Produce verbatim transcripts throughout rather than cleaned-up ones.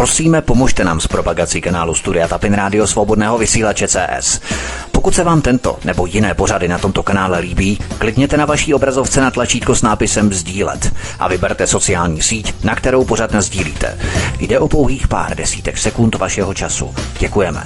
Prosíme, pomožte nám s propagací kanálu Studia Tapin Rádio Svobodného vysílače C S. Pokud se vám tento nebo jiné pořady na tomto kanále líbí, klikněte na vaší obrazovce na tlačítko s nápisem sdílet a vyberte sociální síť, na kterou pořad nasdílíte. Jde o pouhých pár desítek sekund vašeho času. Děkujeme.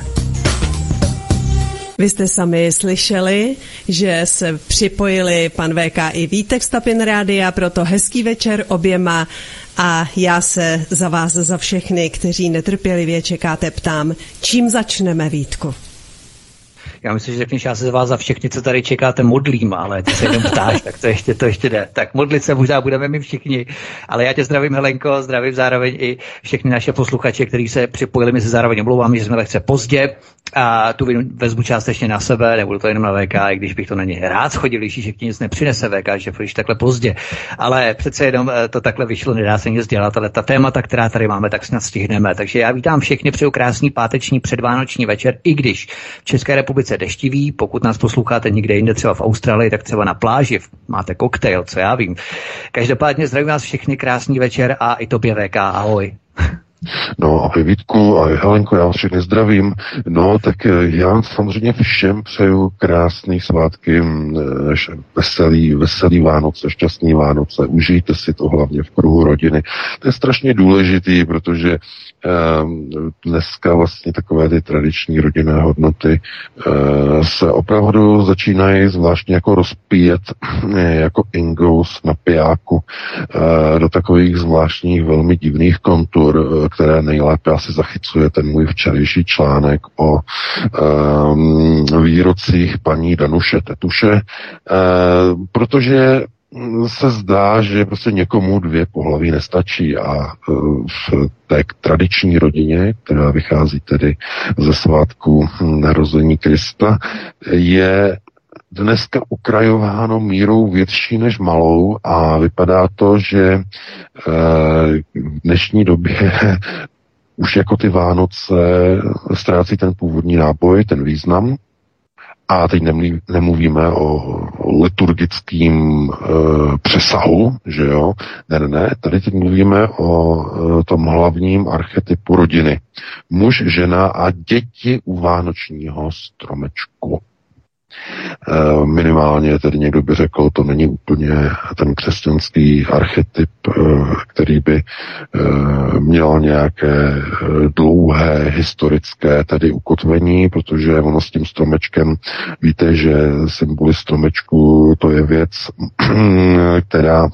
Vy jste sami slyšeli, že se připojili pan V K i Vítek z Tapin Rádia, proto hezký večer oběma a já se za vás, za všechny, kteří netrpělivě čekáte, ptám, čím začneme, Vítku? Já myslím, že řekneš, já se z vás za všechny, co tady čekáte, modlím, ale ty se jenom ptáš, tak to ještě, to ještě jde. Tak modlit se možná budeme my všichni, ale já tě zdravím, Helenko, zdravím zároveň i všechny naše posluchače, kteří se připojili, my se zároveň omlouváme, že jsme lehce pozdě a tu vinu vezmu částečně na sebe, nebudu to jenom na V K, i když bych to na ně rád schodil, když ti nic nepřinese V K, že půjdeš takhle pozdě, ale přece jenom to takhle vyšlo, nedá se nic dělat, ale ta témata, která tady máme, tak snad stihneme. Takže já vítám všechny, přeju krásný páteční předvánoční večer, i když v České republice deštivý, pokud nás posloucháte někde jinde, třeba v Austrálii, tak třeba na pláži, máte koktejl, co já vím. Každopádně zdravím vás všechny, krásný večer a i tobě V K, ahoj. No, ahoj Vítku, ahoj Helenko, já vás všechny zdravím. No, tak já samozřejmě všem přeju krásný svátky, veselý, veselý Vánoce, šťastný Vánoce, užijte si to hlavně v kruhu rodiny. To je strašně důležitý, protože eh, dneska vlastně takové ty tradiční rodinné hodnoty eh, se opravdu začínají zvláštně jako rozpíjet eh, jako ingous na pijáku eh, do takových zvláštních velmi divných kontur, které nejlépe asi zachycuje ten můj včerejší článek o um, výrocích paní Danuše Tetuše, uh, protože se zdá, že prostě někomu dvě pohlaví nestačí a uh, v té tradiční rodině, která vychází tedy ze svátku narození Krista, je dneska ukrajováno mírou větší než malou a vypadá to, že v dnešní době už jako ty Vánoce ztrácí ten původní náboj, ten význam. A teď nemluvíme o liturgickým e, přesahu, že jo? Ne, ne, ne, tady teď mluvíme o e, tom hlavním archetypu rodiny. Muž, žena a děti u vánočního stromečku. Minimálně tedy někdo by řekl, to není úplně ten křesťanský archetyp, který by měl nějaké dlouhé historické tedy ukotvení, protože ono s tím stromečkem, víte, že symboly stromečku, to je věc, která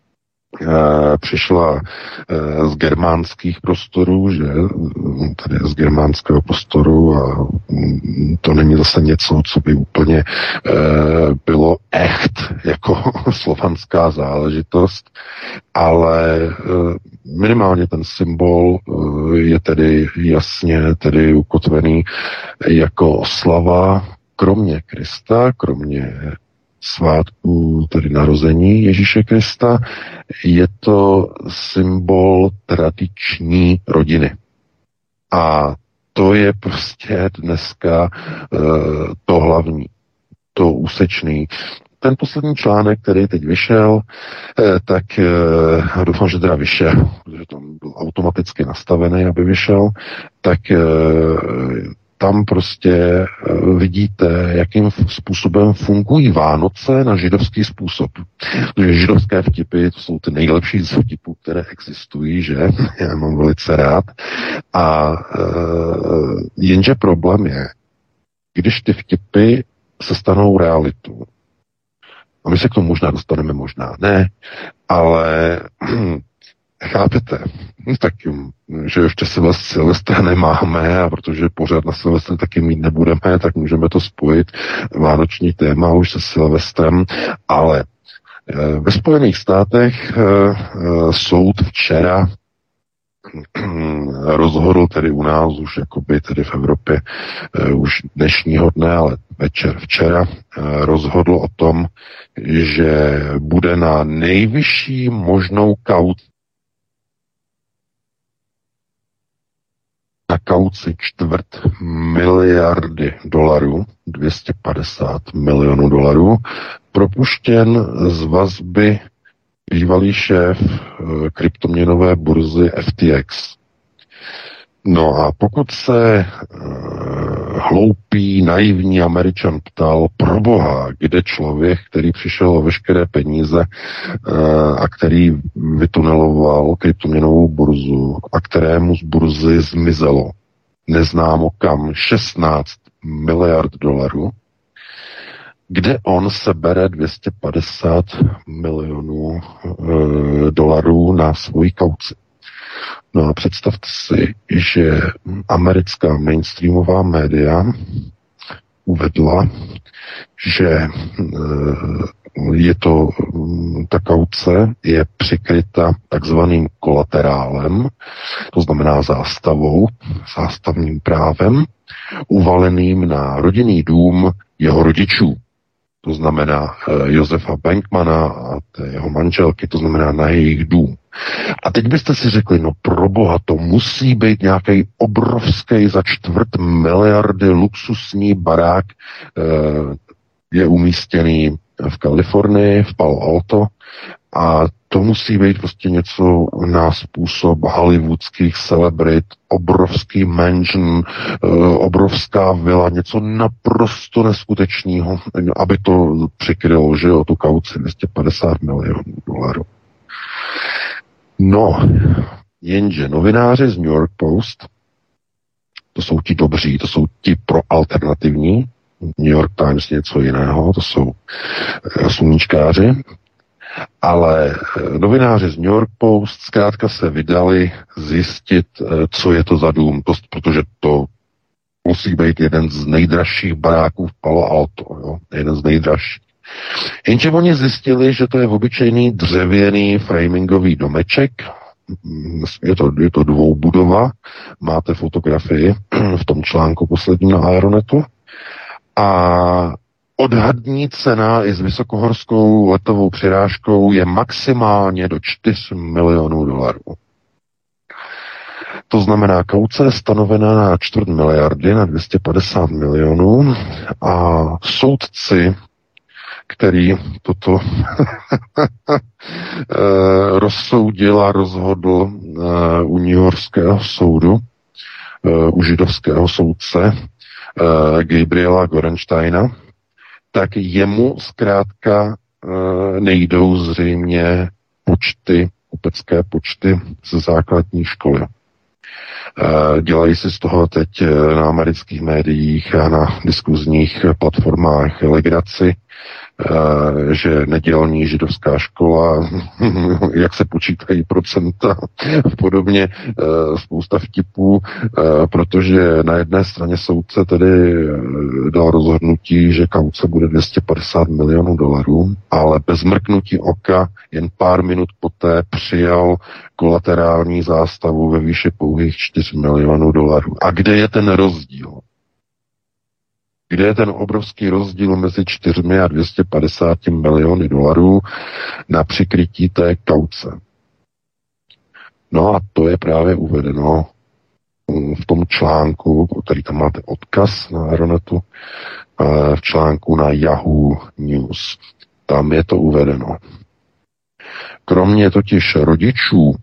přišla z germánských prostorů, že tady z germánského prostoru a to není zase něco, co by úplně bylo echt jako slovanská záležitost, ale minimálně ten symbol je tedy jasně tedy ukotvený jako oslava kromě Krista, kromě svátku, tedy narození Ježíše Krista, je to symbol tradiční rodiny. A to je prostě dneska uh, to hlavní, to úsečný. Ten poslední článek, který teď vyšel, eh, tak eh, doufám, že teda vyšel, protože tam byl automaticky nastavený, aby vyšel, tak eh, tam prostě vidíte, jakým způsobem fungují Vánoce na židovský způsob. Protože židovské vtipy, to jsou ty nejlepší z vtipů, které existují, že? Já mám velice rád. A e, jenže problém je, když ty vtipy se stanou realitou. A my se k tomu možná dostaneme, možná ne, ale chápete, tak, že ještě Silvestra nemáme a protože pořád na Silvestra taky mít nebudeme, tak můžeme to spojit, vánoční téma už se Silvestrem, ale ve Spojených státech soud včera rozhodl tedy u nás už jakoby tedy v Evropě už dnešního dne, ale večer včera rozhodl o tom, že bude na nejvyšší možnou kauci na kauci čtvrt miliardy dolarů, dvě stě padesát milionů dolarů, propuštěn z vazby bývalý šéf kryptoměnové burzy F T X. No a pokud se e, hloupý, naivní Američan ptal, proboha, kde člověk, který přišel o veškeré peníze e, a který vytuneloval kryptoměnovou burzu a kterému z burzy zmizelo neznámo kam šestnáct miliard dolarů, kde on sebere dvě stě padesát milionů e, dolarů na svoji kauci. No a představte si, že americká mainstreamová média uvedla, že je to, ta kauce je přikryta takzvaným kolaterálem, to znamená zástavou, zástavním právem, uvaleným na rodinný dům jeho rodičů. To znamená Josefa Bankmana a té jeho manželky, to znamená na jejich dům. A teď byste si řekli, no proboha, to musí být nějaký obrovský za čtvrt miliardy luxusní barák, je umístěný v Kalifornii, v Palo Alto, a to musí být prostě něco na způsob hollywoodských celebrit, obrovský mansion, obrovská vila, něco naprosto neskutečného, aby to přikrylo, že jo, tu kauci dvě stě padesát milionů dolarů. No, jenže novináři z New York Post, to jsou ti dobří, to jsou ti proalternativní, New York Times něco jiného, to jsou sluníčkáři, ale novináři z New York Post zkrátka se vydali zjistit, co je to za dům, to, protože to musí být jeden z nejdražších baráků v Palo Alto, jo? Jeden z nejdražších. Jenže oni zjistili, že to je obyčejný dřevěný framingový domeček, je to, je to dvoubudova, máte fotografii v tom článku posledním na Aeronetu, a odhadní cena i s vysokohorskou letovou přirážkou je maximálně do čtyři milionů dolarů. To znamená, kauce je stanovená na čtvrt miliardy, na dvě stě padesát milionů, a soudci, který toto rozsoudil a rozhodl u newyorského soudu, u židovského soudce Gabriela Gorensteina, tak jemu zkrátka nejdou zřejmě počty, kupecké počty ze základní školy. Dělají si z toho teď na amerických médiích a na diskuzních platformách legraci, že nedělní židovská škola, jak se počítají procenta a podobně, spousta vtipů, protože na jedné straně soudce tedy dal rozhodnutí, že kauce bude dvě stě padesát milionů dolarů, ale bez mrknutí oka jen pár minut poté přijal kolaterální zástavu ve výši pouhých čtyři milionů dolarů. A kde je ten rozdíl? Kde je ten obrovský rozdíl mezi čtyřmi a dvě stě padesáti miliony dolarů na přikrytí té kauce? No a to je právě uvedeno v tom článku, který tam máte odkaz na Aeronetu, v článku na Yahoo News. Tam je to uvedeno. Kromě totiž rodičů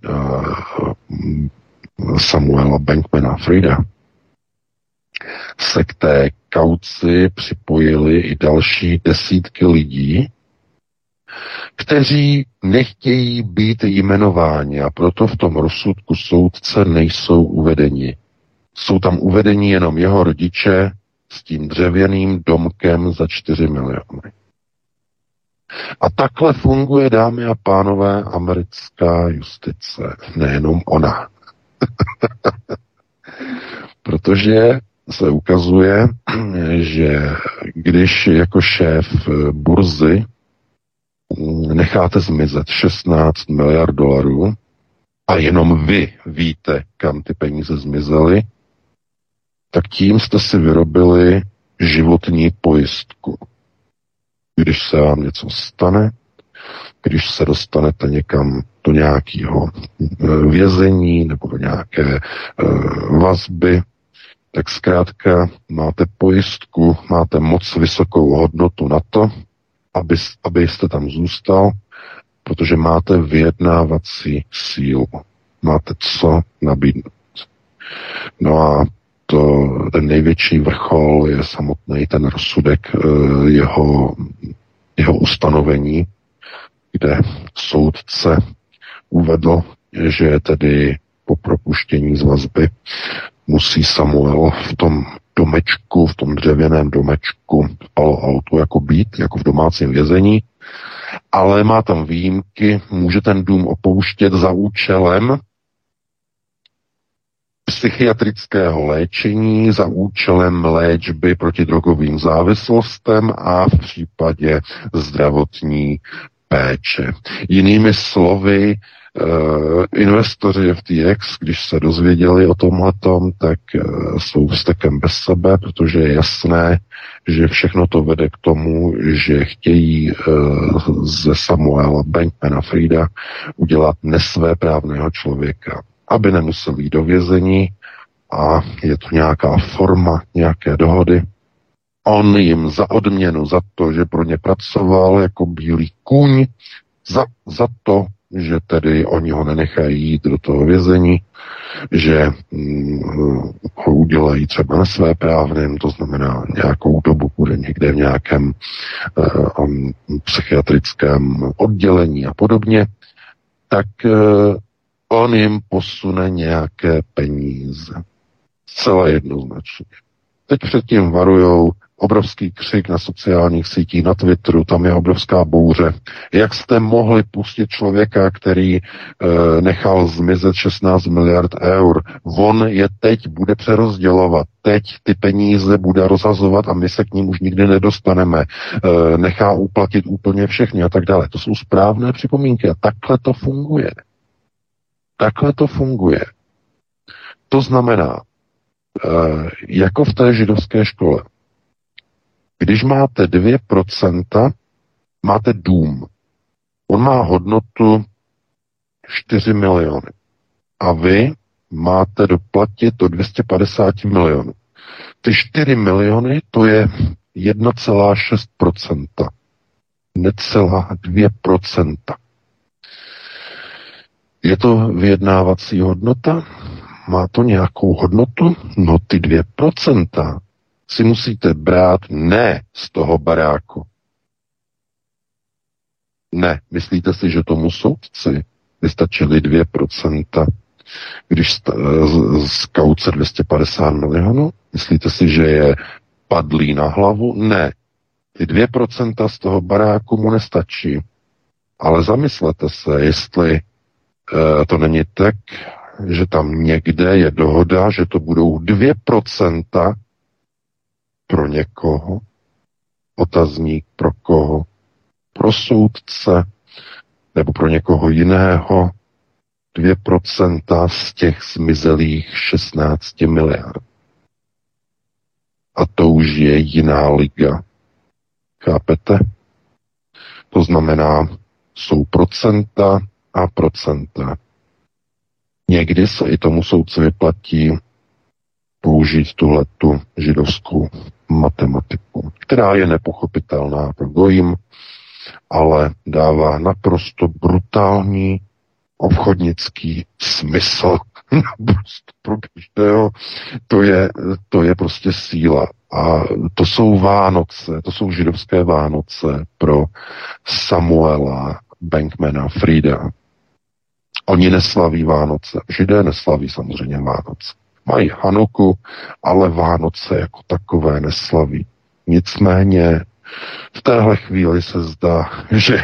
Samuela Bankmana Frida se k té kauci připojili i další desítky lidí, kteří nechtějí být jmenováni a proto v tom rozsudku soudce nejsou uvedeni. Jsou tam uvedeni jenom jeho rodiče s tím dřevěným domkem za čtyři miliony. A takhle funguje, dámy a pánové, americká justice. Nejenom ona. Protože se ukazuje, že když jako šéf burzy necháte zmizet šestnáct miliard dolarů a jenom vy víte, kam ty peníze zmizely, tak tím jste si vyrobili životní pojistku. Když se vám něco stane, když se dostanete někam do nějakého vězení nebo do nějaké vazby, tak zkrátka máte pojistku, máte moc vysokou hodnotu na to, aby, abyste tam zůstal, protože máte vyjednávací sílu. Máte co nabídnout. No a to, ten největší vrchol je samotný ten rozsudek jeho, jeho ustanovení, kde soudce uvedl, že tedy po propuštění z vazby musí Samuel v tom domečku, v tom dřevěném domečku v Palo Alto jako být, jako v domácím vězení, ale má tam výjimky, může ten dům opouštět za účelem psychiatrického léčení, za účelem léčby proti drogovým závislostem a v případě zdravotní péče. Jinými slovy, Uh, investoři F T X, když se dozvěděli o tomhletom, tak uh, jsou vztekem bez sebe, protože je jasné, že všechno to vede k tomu, že chtějí uh, ze Samuela Bankmana Frieda udělat nesvéprávného člověka, aby nemusel jít do vězení a je to nějaká forma, nějaké dohody. On jim za odměnu, za to, že pro ně pracoval jako bílý kůň, za, za to, že tedy oni ho nenechají jít do toho vězení, že hm, ho udělají třeba nesvéprávným, to znamená nějakou dobu bude někde v nějakém um, psychiatrickém oddělení a podobně, tak uh, on jim posune nějaké peníze. Zcela jednoznačně. Teď předtím varujou, obrovský křik na sociálních sítích, na Twitteru, tam je obrovská bouře. Jak jste mohli pustit člověka, který e, nechal zmizet šestnáct miliard eur? On je teď bude přerozdělovat. Teď ty peníze bude rozhazovat a my se k ním už nikdy nedostaneme. E, nechá uplatit úplně všechny a tak dále. To jsou správné připomínky a takhle to funguje. Takhle to funguje. To znamená, e, jako v té židovské škole, když máte dvě procenta, máte dům. On má hodnotu čtyři miliony. A vy máte doplatit do dvě stě padesát milionů. Ty čtyři miliony, to je jedna celá šest procenta. Necelá dvě procenta. Je to vyjednávací hodnota? Má to nějakou hodnotu? No ty dvě procenta si musíte brát ne z toho baráku. Ne, myslíte si, že tomu soudci vystačily dvě procenta, když z kauce dvě stě padesát milionů? Myslíte si, že je padlý na hlavu? Ne. Ty dvě procenta z toho baráku mu nestačí. Ale zamyslete se, jestli e, to není tak, že tam někde je dohoda, že to budou dvě procenta pro někoho, otazník pro koho, pro soudce nebo pro někoho jiného, dvě procenta z těch zmizelých šestnáct miliard. A to už je jiná liga. Chápete? To znamená, jsou procenta a procenta. Někdy se i tomu soudci vyplatí použít tuhletu židovskou matematiku, která je nepochopitelná pro gojim, ale dává naprosto brutální obchodnický smysl. Naprosto pro každého. To je, to je prostě síla. A to jsou Vánoce, to jsou židovské Vánoce pro Samuela Bankmana Frieda. Oni neslaví Vánoce. Židé neslaví samozřejmě Vánoce. Mají Hanuku, ale Vánoce jako takové neslaví. Nicméně v téhle chvíli se zdá, že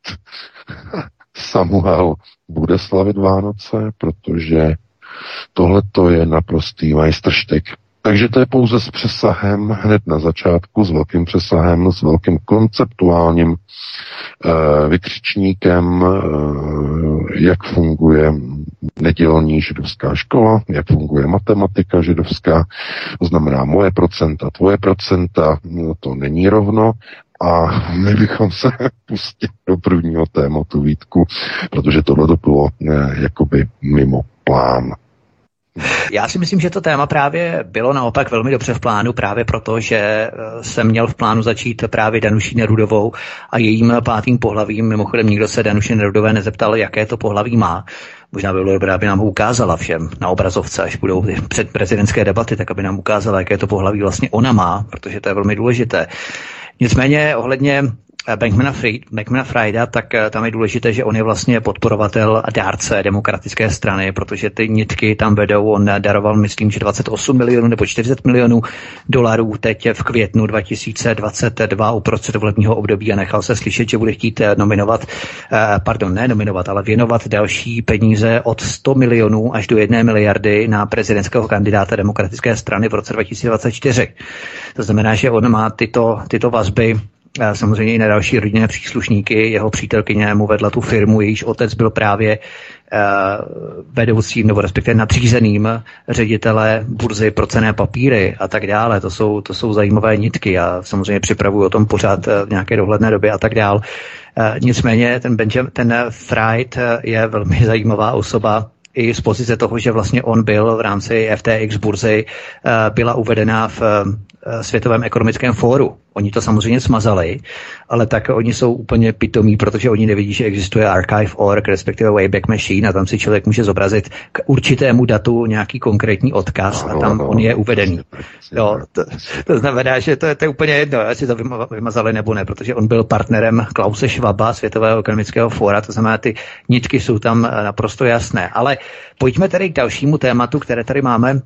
Samuel bude slavit Vánoce, protože tohleto je naprostý majstrštyk. Takže to je pouze s přesahem hned na začátku, s velkým přesahem, s velkým konceptuálním e, vykřičníkem, e, jak funguje nedělní židovská škola, jak funguje matematika židovská, to znamená moje procenta, tvoje procenta, no, to není rovno. A my bychom se pustili do prvního tématu, Vítku, protože tohle to bylo e, jakoby mimo plán. Já si myslím, že to téma právě bylo naopak velmi dobře v plánu, právě proto, že jsem měl v plánu začít právě Danuší Nerudovou a jejím pátým pohlavím. Mimochodem nikdo se Danuše Nerudové nezeptal, jaké to pohlaví má. Možná by bylo dobré, aby nám ho ukázala všem na obrazovce, až budou před prezidentské debaty, tak aby nám ukázala, jaké to pohlaví vlastně ona má, protože to je velmi důležité. Nicméně ohledně Bankmana, Fried, Bankmana Frieda, tak tam je důležité, že on je vlastně podporovatel a dárce demokratické strany, protože ty nitky tam vedou, on daroval, myslím, že dvacet osm milionů nebo čtyřicet milionů dolarů teď v květnu dva tisíce dvacet dva uprostřed volebního období a nechal se slyšet, že bude chtít nominovat, pardon, ne nominovat, ale věnovat další peníze od sto milionů až do jedné miliardy na prezidentského kandidáta demokratické strany v roce dva tisíce dvacet čtyři. To znamená, že on má tyto, tyto vazby samozřejmě i na další rodinné příslušníky. Jeho přítelkyně mu vedla tu firmu, jejíž otec byl právě uh, vedoucím nebo respektive nadřízeným ředitele burzy pro cenné papíry a tak dále. To jsou, to jsou zajímavé nitky a samozřejmě připravuju o tom pořád v nějaké dohledné době a tak dále. Uh, nicméně ten, Benjamin, ten Fried je velmi zajímavá osoba, i z pozice toho, že vlastně on byl v rámci F T X burzy, byla uvedena v Světovém ekonomickém fóru. Oni to samozřejmě smazali, ale tak oni jsou úplně pitomí, protože oni nevidí, že existuje archive tečka org, respektive Wayback Machine a tam si člověk může zobrazit k určitému datu nějaký konkrétní odkaz a tam on je uvedený. Jo, to, to znamená, že to je, to je úplně jedno, jestli to vymazali nebo ne, protože on byl partnerem Klause Schwaba, Světového ekonomického fóra, to znamená, ty nitky jsou tam naprosto jasné. Ale pojďme tedy k dalšímu tématu, které tady máme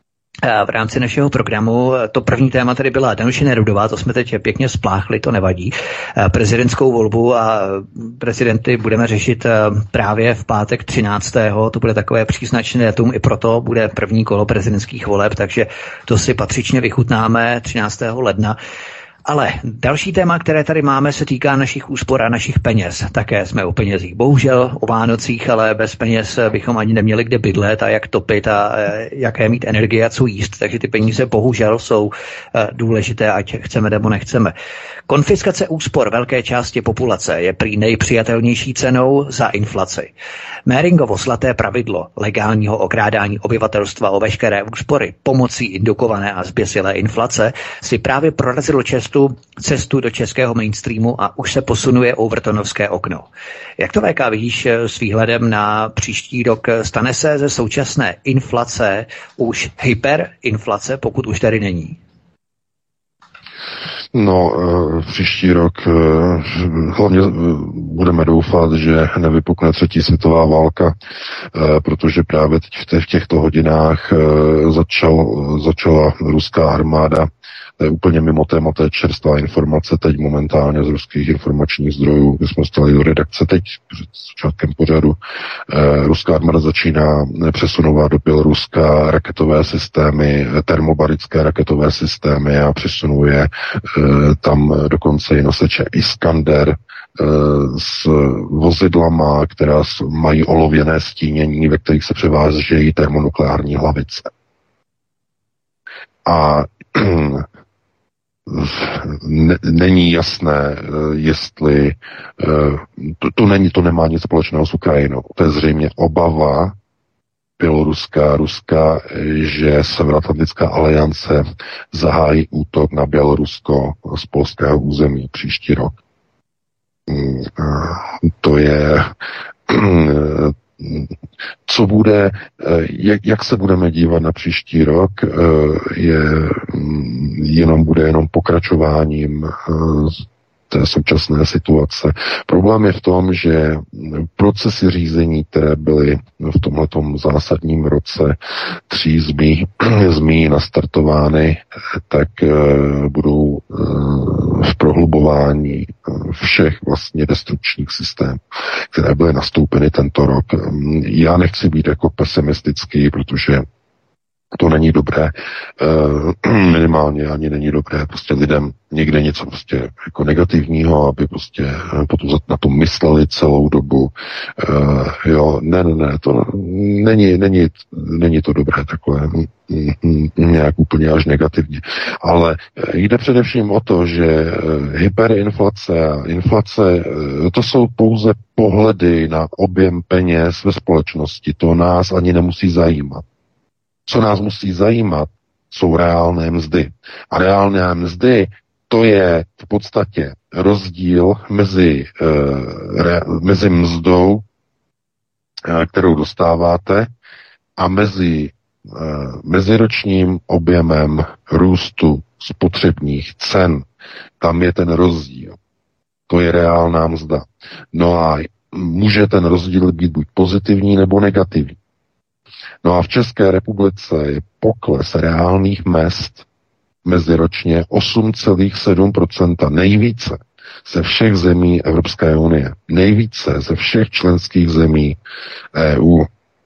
v rámci našeho programu. To první téma tady byla Danuše Nerudová, to jsme teď pěkně spláchli, to nevadí. Prezidentskou volbu a prezidenty budeme řešit právě v pátek třináctého To bude takové příznačné datum, i proto bude první kolo prezidentských voleb, takže to si patřičně vychutnáme třináctého ledna. Ale další téma, které tady máme, se týká našich úspor a našich peněz. Také jsme o penězích. Bohužel o Vánocích, ale bez peněz bychom ani neměli kde bydlet a jak topit a jaké mít energie a co jíst. Takže ty peníze bohužel jsou důležité, ať chceme nebo nechceme. Konfiskace úspor velké části populace je prý nejpřijatelnější cenou za inflaci. Méringovo zlaté pravidlo legálního okrádání obyvatelstva o veškeré úspory pomocí indukované a zběsilé inflace si právě prorazilo cestu, cestu do českého mainstreamu a už se posunuje Overtonovské okno. Jak to V K vidíš s výhledem na příští rok? Stane se ze současné inflace už hyperinflace, pokud už tady není? No, příští rok hlavně budeme doufat, že nevypukne třetí světová válka, protože právě teď v těchto hodinách začal, začala ruská armáda. To je úplně mimo téma, to je čerstvá informace teď momentálně z ruských informačních zdrojů. My jsme stali do redakce teď před začátkem pořadu. Eh, ruská armáda začíná přesunovat do Běloruska raketové systémy, termobarické raketové systémy a přesunuje eh, tam dokonce i noseče Iskander eh, s vozidlama, která mají olověné stínění, ve kterých se převážejí termonukleární hlavice. A není jasné, jestli to, to, není, to nemá nic společného s Ukrajinou. To je zřejmě obava Běloruska, Ruska, že Severoatlantická aliance zahájí útok na Bělorusko z polského území příští rok. To je co bude, jak, jak se budeme dívat na příští rok, je jenom bude jenom pokračováním té současné situace. Problém je v tom, že procesy řízení, které byly v tomhletom zásadním roce tří zmí, zmí nastartovány, tak budou v prohlubování všech vlastně destrukčních systémů, které byly nastoupeny tento rok. Já nechci být jako pesimistický, protože to není dobré, minimálně ani není dobré prostě lidem někde něco prostě jako negativního, aby prostě potom na to mysleli celou dobu. Jo, ne, ne, ne, to není, není, není to dobré takové nějak úplně až negativně. Ale jde především o to, že hyperinflace a inflace, to jsou pouze pohledy na objem peněz ve společnosti. To nás ani nemusí zajímat. Co nás musí zajímat, jsou reálné mzdy. A reálné mzdy, to je v podstatě rozdíl mezi, uh, re, mezi mzdou, uh, kterou dostáváte, a mezi uh, meziročním objemem růstu spotřebních cen. Tam je ten rozdíl. To je reálná mzda. No a může ten rozdíl být buď pozitivní nebo negativní. No a v České republice je pokles reálných mezd meziročně osm celá sedm procenta, nejvíce ze všech zemí Evropské unie, nejvíce ze všech členských zemí E U.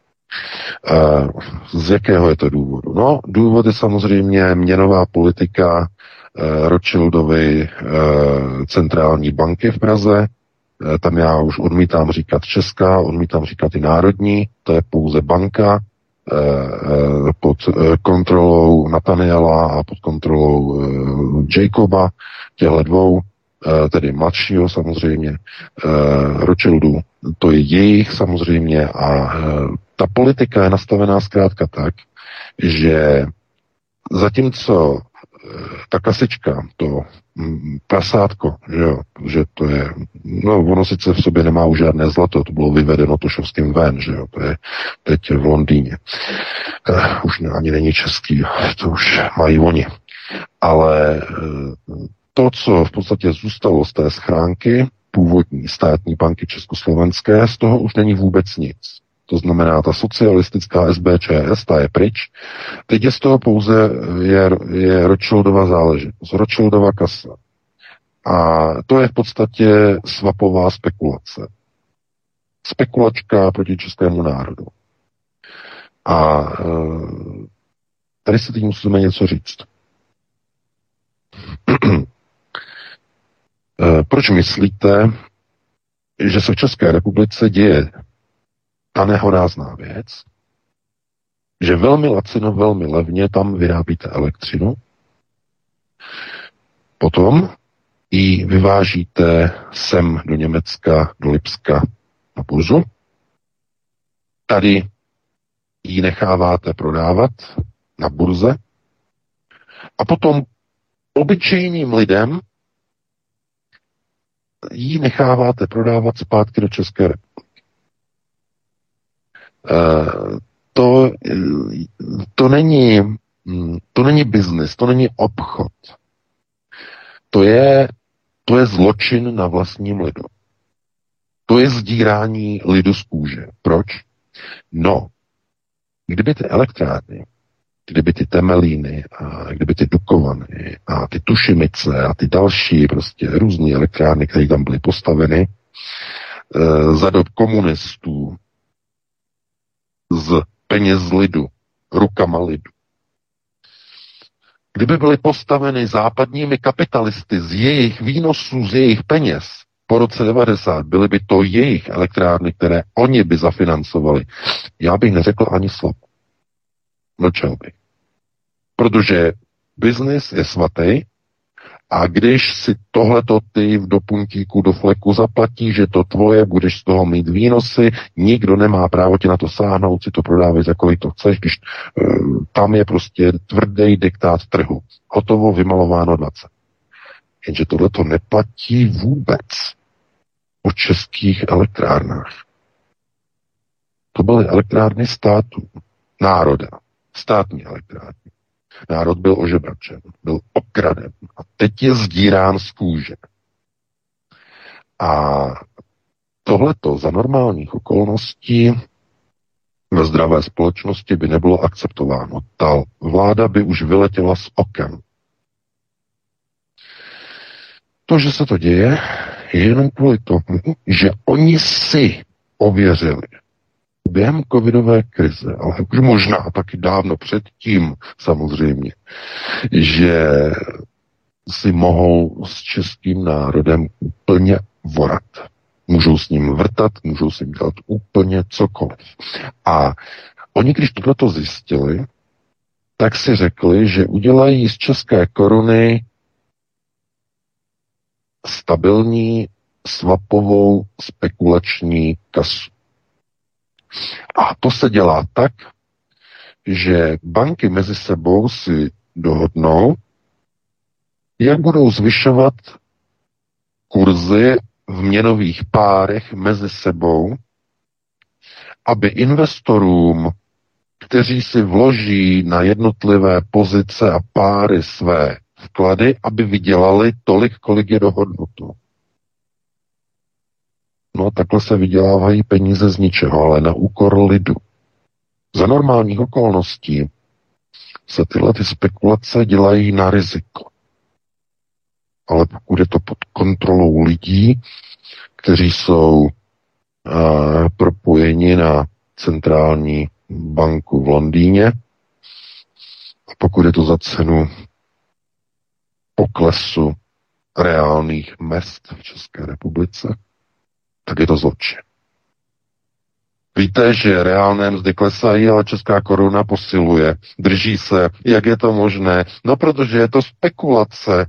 Z jakého je to důvodu? No, důvod je samozřejmě měnová politika Rothschildovy centrální banky v Praze. Tam já už odmítám říkat česká, odmítám říkat i národní, to je pouze banka pod kontrolou Nathaniela a pod kontrolou Jacoba, těchto dvou, tedy mladšího samozřejmě, Rothschildů. To je jejich samozřejmě a ta politika je nastavená zkrátka tak, že zatímco ta kasička, to prasátko, že, jo, že to je, no ono sice v sobě nemá už žádné zlato, to bylo vyvedeno Tošovským ven, že jo, to je teď v Londýně. Uh, už ani není český, to už mají oni. Ale uh, to, co v podstatě zůstalo z té schránky původní státní banky československé, z toho už není vůbec nic. To znamená, ta socialistická S B Č S, ta je pryč. Teď je z toho pouze je, je Rothschildova záležitost, Rothschildova kasa. A to je v podstatě swapová spekulace. Spekulačka proti českému národu. A tady se teď musíme něco říct. Proč myslíte, že se v České republice děje ta nehorázná věc, že velmi lacino, velmi levně tam vyrábíte elektřinu, potom ji vyvážíte sem do Německa, do Lipska na burzu, tady ji necháváte prodávat na burze a potom obyčejným lidem ji necháváte prodávat zpátky do České republiky. Uh, to, to není to není biznis, to není obchod. To je, to je zločin na vlastním lidu. To je zdírání lidu z kůže. Proč? No, kdyby ty elektrárny, kdyby ty Temelíny, a kdyby ty Dukovany a ty Tušimice a ty další prostě různé elektrárny, které tam byly postaveny uh, za dob komunistů, z peněz lidu, rukama lidu. Kdyby byly postaveny západními kapitalisty z jejich výnosů, z jejich peněz po roce devadesát, byly by to jejich elektrárny, které oni by zafinancovali. Já bych neřekl ani slovo. Mlčel bych. Protože biznis je svatý a když si tohleto ty do puntíku, do fleku zaplatí, že to tvoje, budeš z toho mít výnosy, nikdo nemá právo ti na to sáhnout, si to prodávej za kolik to chceš, když uh, tam je prostě tvrdý diktát trhu. Hotovo, vymalováno dvacet. Jenže tohleto neplatí vůbec o českých elektrárnách. To byly elektrárny státu, národa, státní elektrárny. Národ byl ožebračen, byl okraden a teď je zdírán z kůže. A tohleto za normálních okolností ve zdravé společnosti by nebylo akceptováno. Ta vláda by už vyletěla z oken. To, že se to děje, je jenom kvůli tomu, že oni si ověřili během covidové krize, ale už možná taky dávno předtím samozřejmě, že si mohou s českým národem úplně vorat. Můžou s ním vrtat, můžou si dělat úplně cokoliv. A oni, když tohleto zjistili, tak si řekli, že udělají z české koruny stabilní swapovou spekulační kasu. A to se dělá tak, že banky mezi sebou si dohodnou, jak budou zvyšovat kurzy v měnových párech mezi sebou, aby investorům, kteří si vloží na jednotlivé pozice a páry své vklady, aby vydělali tolik, kolik je dohodnuto. No takhle se vydělávají peníze z ničeho, ale na úkor lidu. Za normálních okolností se tyhle ty spekulace dělají na riziko. Ale pokud je to pod kontrolou lidí, kteří jsou uh, propojeni na centrální banku v Londýně, a pokud je to za cenu poklesu reálných mezd v České republice, tak je to zločin. Víte, že reálné mzdy klesají, ale česká koruna posiluje, drží se. Jak je to možné? No, protože je to spekulace.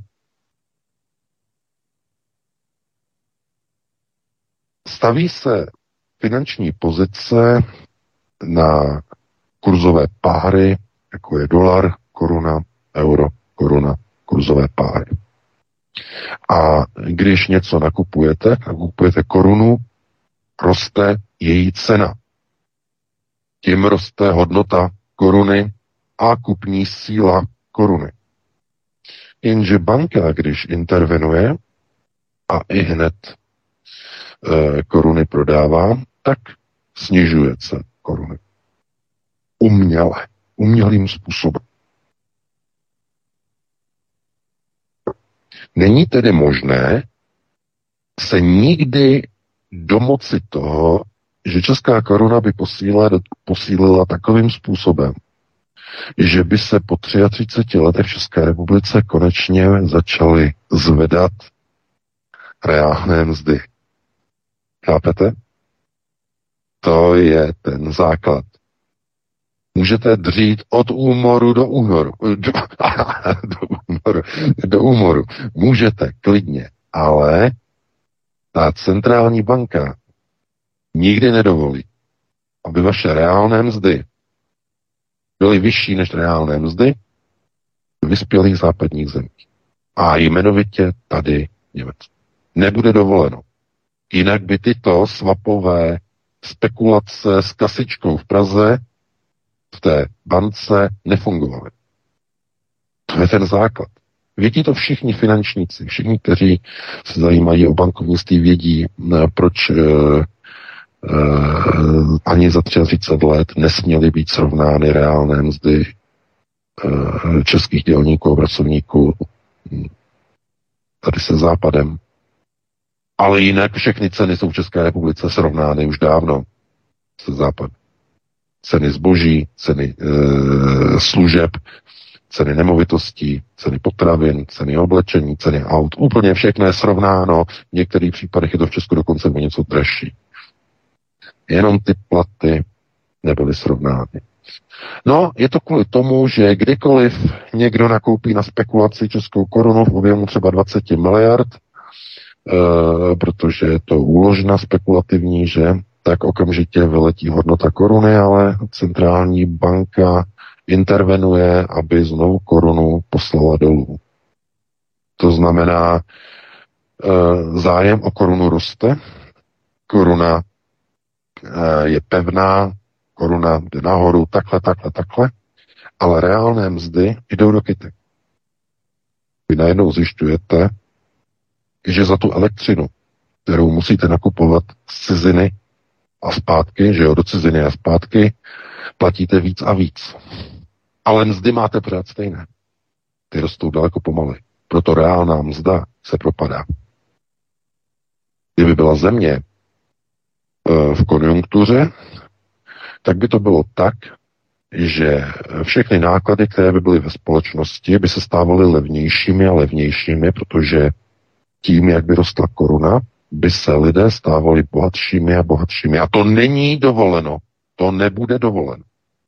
Staví se finanční pozice na kurzové páry, jako je dolar, koruna, euro, koruna, kurzové páry. A když něco nakupujete, nakupujete korunu, roste její cena. Tím roste hodnota koruny a kupní síla koruny. Jenže banka, když intervenuje a i hned e, koruny prodává, tak snižuje cenu koruny. Uměle, umělým způsobem. Není tedy možné se nikdy domoci toho, že česká koruna by posílila, posílila takovým způsobem, že by se po třiceti třech letech v České republice konečně začaly zvedat reálné mzdy. Chápete? To je ten základ. Můžete dřít od úmoru do únoru. Do, do, úmoru, do úmoru. Můžete, klidně. Ale ta centrální banka nikdy nedovolí, aby vaše reálné mzdy byly vyšší než reálné mzdy v vyspělých západních zemích. A jmenovitě tady Německo. Nebude dovoleno. Jinak by tyto svapové spekulace s kasičkou v Praze v té bance nefungovaly. To je ten základ. Vědí to všichni finančníci, všichni, kteří se zajímají o bankovnictví, vědí, proč uh, uh, ani za třicet let nesměly být srovnány reálné mzdy uh, českých dělníků a pracovníků tady se Západem. Ale jinak všechny ceny jsou v České republice srovnány už dávno se Západem. Ceny zboží, ceny e, služeb, ceny nemovitostí, ceny potravin, ceny oblečení, ceny aut. Úplně všechno je srovnáno. V některých případech je to v Česku dokonce o něco dražší. Jenom ty platy nebyly srovnány. No, je to kvůli tomu, že kdykoliv někdo nakoupí na spekulaci českou korunu v objemu třeba dvacet miliard, e, protože je to úložna spekulativní, že tak okamžitě vyletí hodnota koruny, ale centrální banka intervenuje, aby znovu korunu poslala dolů. To znamená, zájem o korunu roste, koruna je pevná, koruna jde nahoru, takhle, takhle, takhle, ale reálné mzdy jdou do kytek. Vy najednou zjišťujete, že za tu elektřinu, kterou musíte nakupovat z ciziny, a zpátky, že jo, do ciziny a zpátky, platíte víc a víc. Ale mzdy máte pořád stejné. Ty rostou daleko pomaleji. Proto reálná mzda se propadá. Kdyby byla země e, v konjunktuře, tak by to bylo tak, že všechny náklady, které by byly ve společnosti, by se stávaly levnějšími a levnějšími, protože tím, jak by rostla koruna, by se lidé stávali bohatšími a bohatšími. A to není dovoleno. To nebude dovoleno.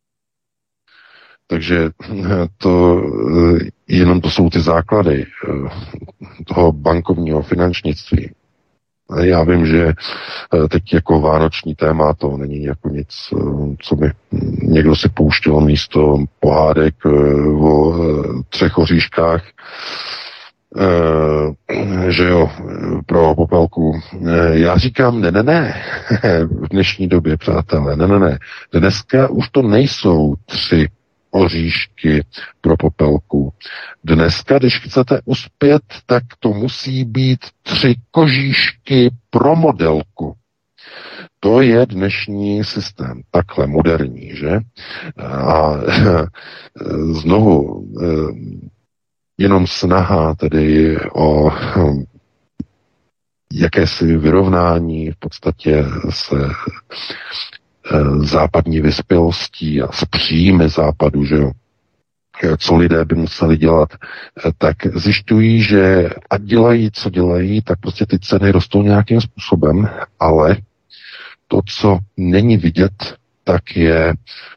Takže to jenom to jsou ty základy toho bankovního finančnictví. Já vím, že teď jako vánoční téma to není jako nic, co by někdo si pouštěl místo pohádek o třech oříškách, že jo, pro Popelku. Já říkám, ne, ne, ne, v dnešní době, přátelé, ne, ne, ne. Dneska už to nejsou tři oříšky pro Popelku. Dneska, když chcete uspět, tak to musí být tři kožíšky pro Modelku. To je dnešní systém, takhle moderní, že? A znovu, jenom snaha tedy o jakési vyrovnání v podstatě se západní vyspělostí a s příjmy západu, že jo, co lidé by museli dělat, tak zjišťují, že ať dělají, co dělají, tak prostě ty ceny rostou nějakým způsobem, ale to, co není vidět, tak je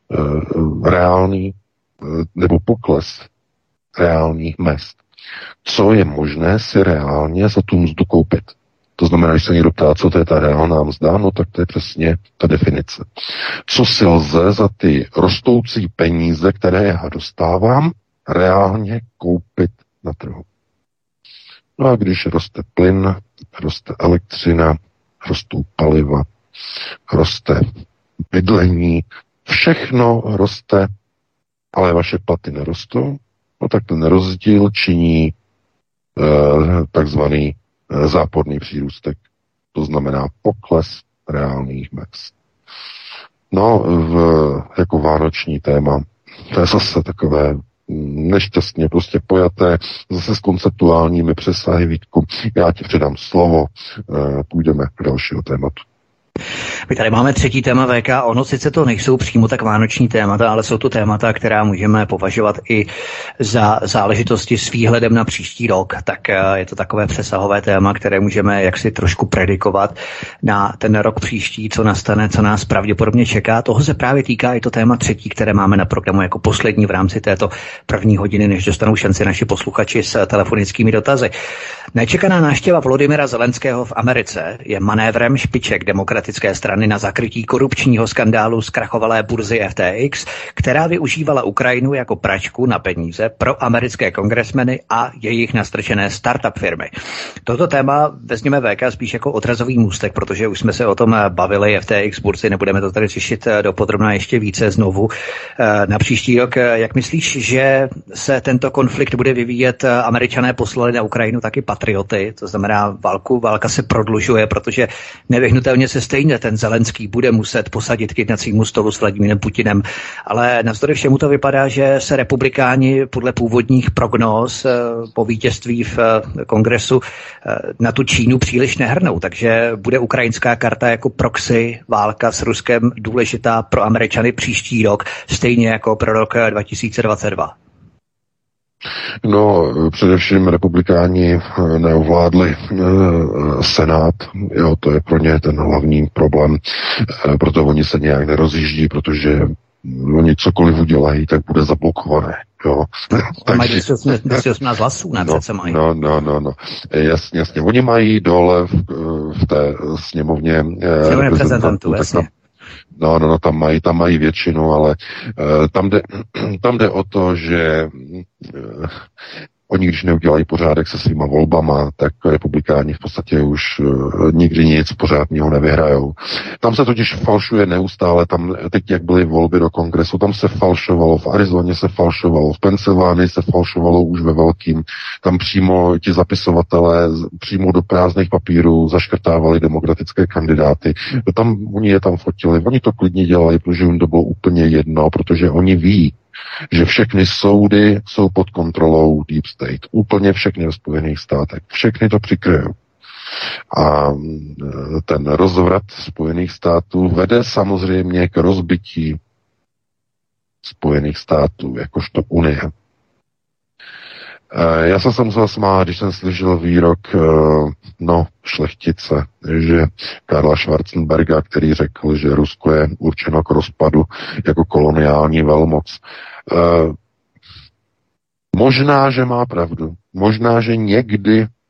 uh, reálný uh, nebo pokles reálných mezd. Co je možné si reálně za tu mzdu koupit? To znamená, když se někdo ptá, co to je ta reálná mzda, no tak to je přesně ta definice. Co si lze za ty rostoucí peníze, které já dostávám, reálně koupit na trhu. No a když roste plyn, roste elektřina, rostou paliva, roste bydlení, všechno roste, ale vaše platy nerostou, no tak ten rozdíl činí eh, takzvaný eh, záporný přírůstek. To znamená pokles reálných mezd. No, v, jako vánoční téma, to je zase takové nešťastně prostě pojaté, zase s konceptuálními přesahy. Vítku, já ti předám slovo, eh, půjdeme k dalšího tématu. My tady máme třetí téma V K. Ono sice to nejsou přímo tak vánoční témata, ale jsou to témata, která můžeme považovat i za záležitosti s výhledem na příští rok. Tak je to takové přesahové téma, které můžeme jaksi trošku predikovat na ten rok příští, co nastane, co nás pravděpodobně čeká. Toho se právě týká i to téma třetí, které máme na programu jako poslední v rámci této první hodiny, než dostanou šanci naši posluchači s telefonickými dotazy. Nečekaná návštěva Volodymyra Zelenského v Americe je manévrem špiček demokratické strany na zakrytí korupčního skandálu zkrachovalé burzy F T X, která využívala Ukrajinu jako pračku na peníze pro americké kongresmeny a jejich nastrčené startup firmy. Toto téma vezměme V K spíš jako odrazový můstek, protože už jsme se o tom bavili F T X burzy, nebudeme to tady řešit dopodrobna ještě více znovu na příští rok. Jak myslíš, že se tento konflikt bude vyvíjet? Američané poslali na Ukrajinu taky patrioty, to znamená válku, válka se prodlužuje, protože nevyhnutelně se stejně ten Zelenský bude muset posadit k jednacímu stolu s Vladimírem Putinem, ale navzdory všemu to vypadá, že se republikáni podle původních prognóz po vítězství v kongresu na tu Čínu příliš nehrnou, takže bude ukrajinská karta jako proxy válka s Ruskem důležitá pro Američany příští rok, stejně jako pro rok dva tisíce dvacet dva. No, především republikáni neovládli Senát, jo, to je pro ně ten hlavní problém, proto oni se nějak nerozjíždí, protože oni cokoliv udělají, tak bude zablokované. Jo. Takže, mají dvě osmnáct hlasů, ne? No, Přece mají. No, no, no, no. Jasně, jasně. Oni mají dole v, v té sněmovně eh, reprezentantů, jasně. No, no, no, tam mají, tam mají většinu, ale uh, tam, jde, tam jde o to, že uh, oni, když neudělají pořádek se svýma volbama, tak republikáni v podstatě už uh, nikdy nic pořádného nevyhrajou. Tam se totiž falšuje neustále, tam teď, jak byly volby do kongresu, tam se falšovalo, v Arizoně se falšovalo, v Pensylvánii se falšovalo už ve velkým, tam přímo ti zapisovatelé přímo do prázdných papírů zaškrtávali demokratické kandidáty. Tam oni je tam fotili, oni to klidně dělali, protože jim to bylo úplně jedno, protože oni ví, že všechny soudy jsou pod kontrolou Deep State. Úplně všechny ve Spojených státech. Všechny to přikryjou. A ten rozvrat Spojených států vede samozřejmě k rozbití Spojených států, jakožto Unie. Já jsem se musel smát, když jsem slyšel výrok, no, šlechtice, že Karla Schwarzenberga, který řekl, že Rusko je určeno k rozpadu jako koloniální velmoc. Možná, že má pravdu. Možná, že někdy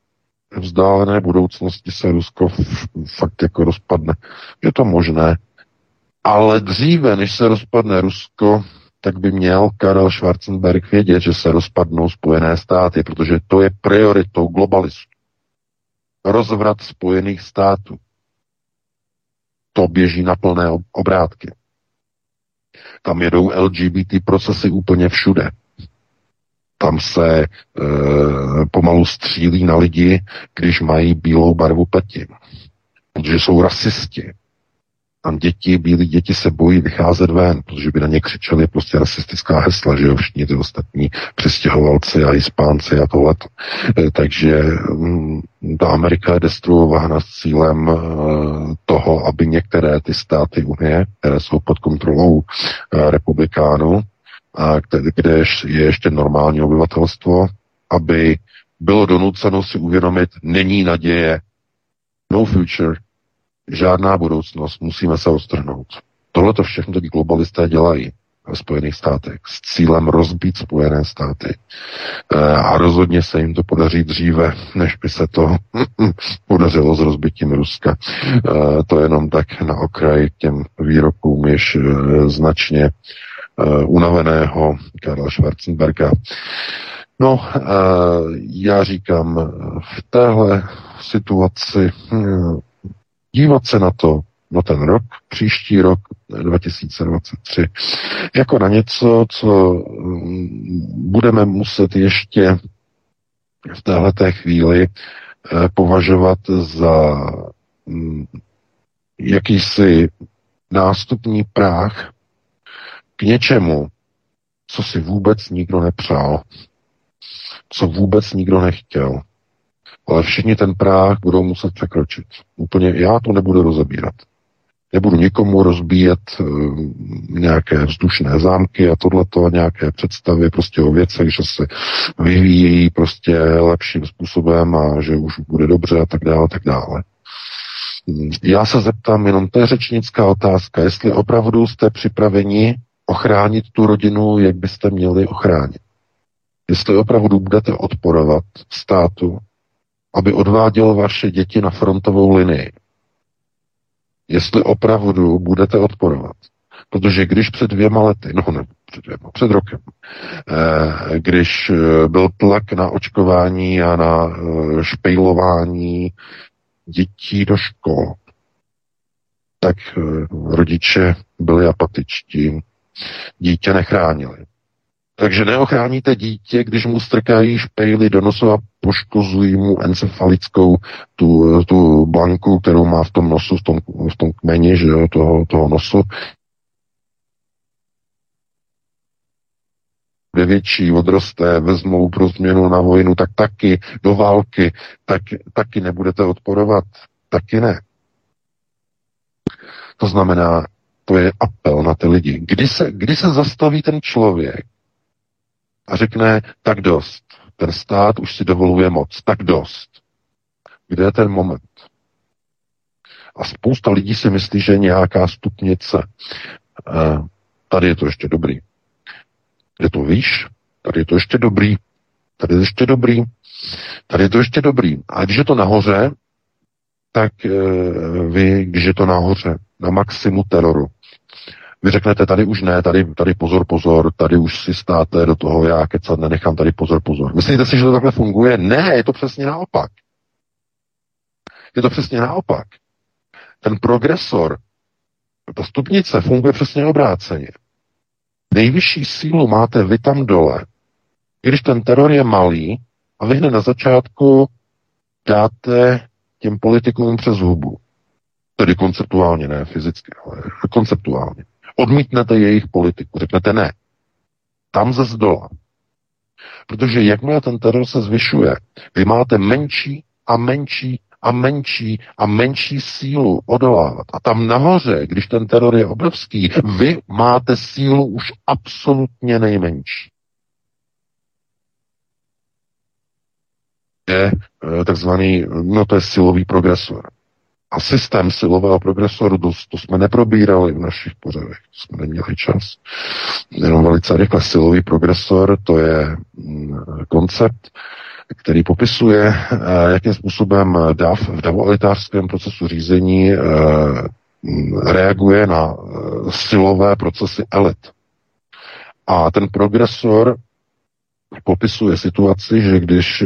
vzdálené budoucnosti se Rusko fakt jako rozpadne. Je to možné. Ale dříve, než se rozpadne Rusko, tak by měl Karel Schwarzenberg vědět, že se rozpadnou Spojené státy, protože to je prioritou globalistů. Rozvrat Spojených států. To běží na plné obrátky. Tam jedou L G B T procesy úplně všude. Tam se e, pomalu střílí na lidi, když mají bílou barvu pleti. Protože jsou rasisti. Tam děti, bílí děti se bojí vycházet ven, protože by na ně křičeli prostě rasistická hesla, že jo, všichni ty ostatní přistěhovalci a Hispánci a tohleto. E, takže m, ta Amerika je destruována s cílem e, toho, aby některé ty státy Unie, které jsou pod kontrolou e, republikánů, a kde, kde je ještě normální obyvatelstvo, aby bylo donuceno si uvědomit, není naděje, no future, žádná budoucnost, musíme se odstrhnout. Tohle to všechno teď globalisté dělají ve Spojených státech s cílem rozbít Spojené státy. A rozhodně se jim to podaří dříve, než by se to podařilo s rozbitím Ruska. To jenom tak na okraj k těm výrokům již značně unaveného Karla Schwarzenberga. No, já říkám, v téhle situaci dívat se na to, na ten rok, příští rok dva tisíce dvacet tři, jako na něco, co budeme muset ještě v téhleté chvíli považovat za jakýsi nástupní práh k něčemu, co si vůbec nikdo nepřál, co vůbec nikdo nechtěl. Ale všichni ten práh budou muset překročit. Úplně já to nebudu rozebírat. Nebudu nikomu rozbíjet e, nějaké vzdušné zámky a tohleto, nějaké představy prostě o věcech, že se vyvíjí prostě lepším způsobem a že už bude dobře a tak dále, tak dále. Já se zeptám jenom, to je řečnická otázka, jestli opravdu jste připraveni ochránit tu rodinu, jak byste měli ochránit. Jestli opravdu budete odporovat státu, aby odváděl vaše děti na frontovou linii. Jestli opravdu budete odporovat. Protože když před dvěma lety, no ne, před dvěma, před rokem, eh, když byl tlak na očkování a na eh, špejlování dětí do škol, tak eh, rodiče byli apatičtí, dítě nechránili. Takže neochráníte dítě, když mu strkají špejly do nosu a poškozují mu encefalickou tu, tu blanku, kterou má v tom nosu, v tom, v tom kmeni, že jo, toho, toho nosu. Kde větší odroste, vezmou pro změnu na vojnu, tak taky do války, tak, taky nebudete odporovat, taky ne. To znamená, to je apel na ty lidi. Kdy se, kdy se zastaví ten člověk a řekne, tak dost, ten stát už si dovoluje moc, tak dost. Kde je ten moment? A spousta lidí si myslí, že je nějaká stupnice. Uh, tady je to ještě dobrý. Kde to víš? Tady je to ještě dobrý. Tady je to ještě dobrý. Tady je to ještě dobrý. A když je to nahoře, tak uh, vy, když je to nahoře, na maximu teroru, vy řeknete, tady už ne, tady, tady pozor, pozor, tady už si státe do toho, já kecat nenechám, tady pozor, pozor. Myslíte si, že to takhle funguje? Ne, je to přesně naopak. Je to přesně naopak. Ten progresor, ta stupnice funguje přesně obráceně. Nejvyšší sílu máte vy tam dole, i když ten teror je malý a vy hned na začátku dáte těm politikům přes hubu. Tedy konceptuálně, ne fyzicky, ale konceptuálně. Odmítnete jejich politiku, řeknete ne. Tam ze zdola. Protože jakmile ten teror se zvyšuje, vy máte menší a menší a menší a menší sílu odolávat. A tam nahoře, když ten teror je obrovský, vy máte sílu už absolutně nejmenší. Je takzvaný, no to je silový progresor. A systém silového progresoru, to, to jsme neprobírali v našich pořadech, to jsme neměli čas. Jenom velice rychle, silový progresor, to je mm, koncept, který popisuje, jakým způsobem dav v davoelitářském procesu řízení reaguje na silové procesy elit. A ten progresor popisuje situaci, že když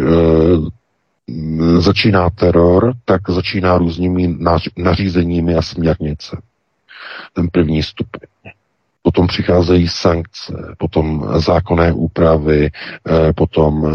začíná teror, tak začíná různými nařízeními a směrnice. Ten první stupeň. Potom přicházejí sankce, potom zákonné úpravy, potom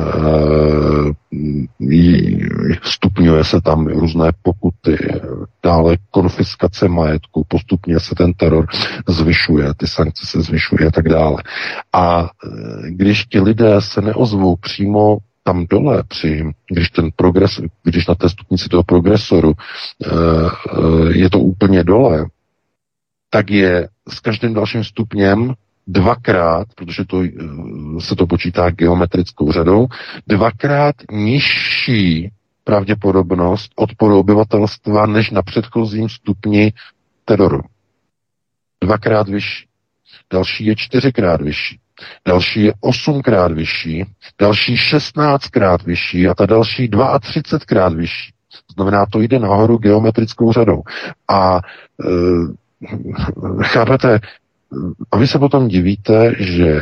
stupňuje se tam různé pokuty, dále konfiskace majetku, postupně se ten teror zvyšuje, ty sankce se zvyšují a tak dále. A když ti lidé se neozvou přímo tam dole, při, když ten progres, když na té stupnici toho progresoru je to úplně dole, tak je s každým dalším stupněm dvakrát, protože to, se to počítá geometrickou řadou, dvakrát nižší pravděpodobnost odporu obyvatelstva než na předchozím stupni teroru. Dvakrát vyšší. Další je čtyřikrát vyšší. Další je osmkrát vyšší. Další šestnáctkrát vyšší a ta další třicetdvakrát vyšší. To znamená, to jde nahoru geometrickou řadou. A e, chápete, a vy se potom divíte, že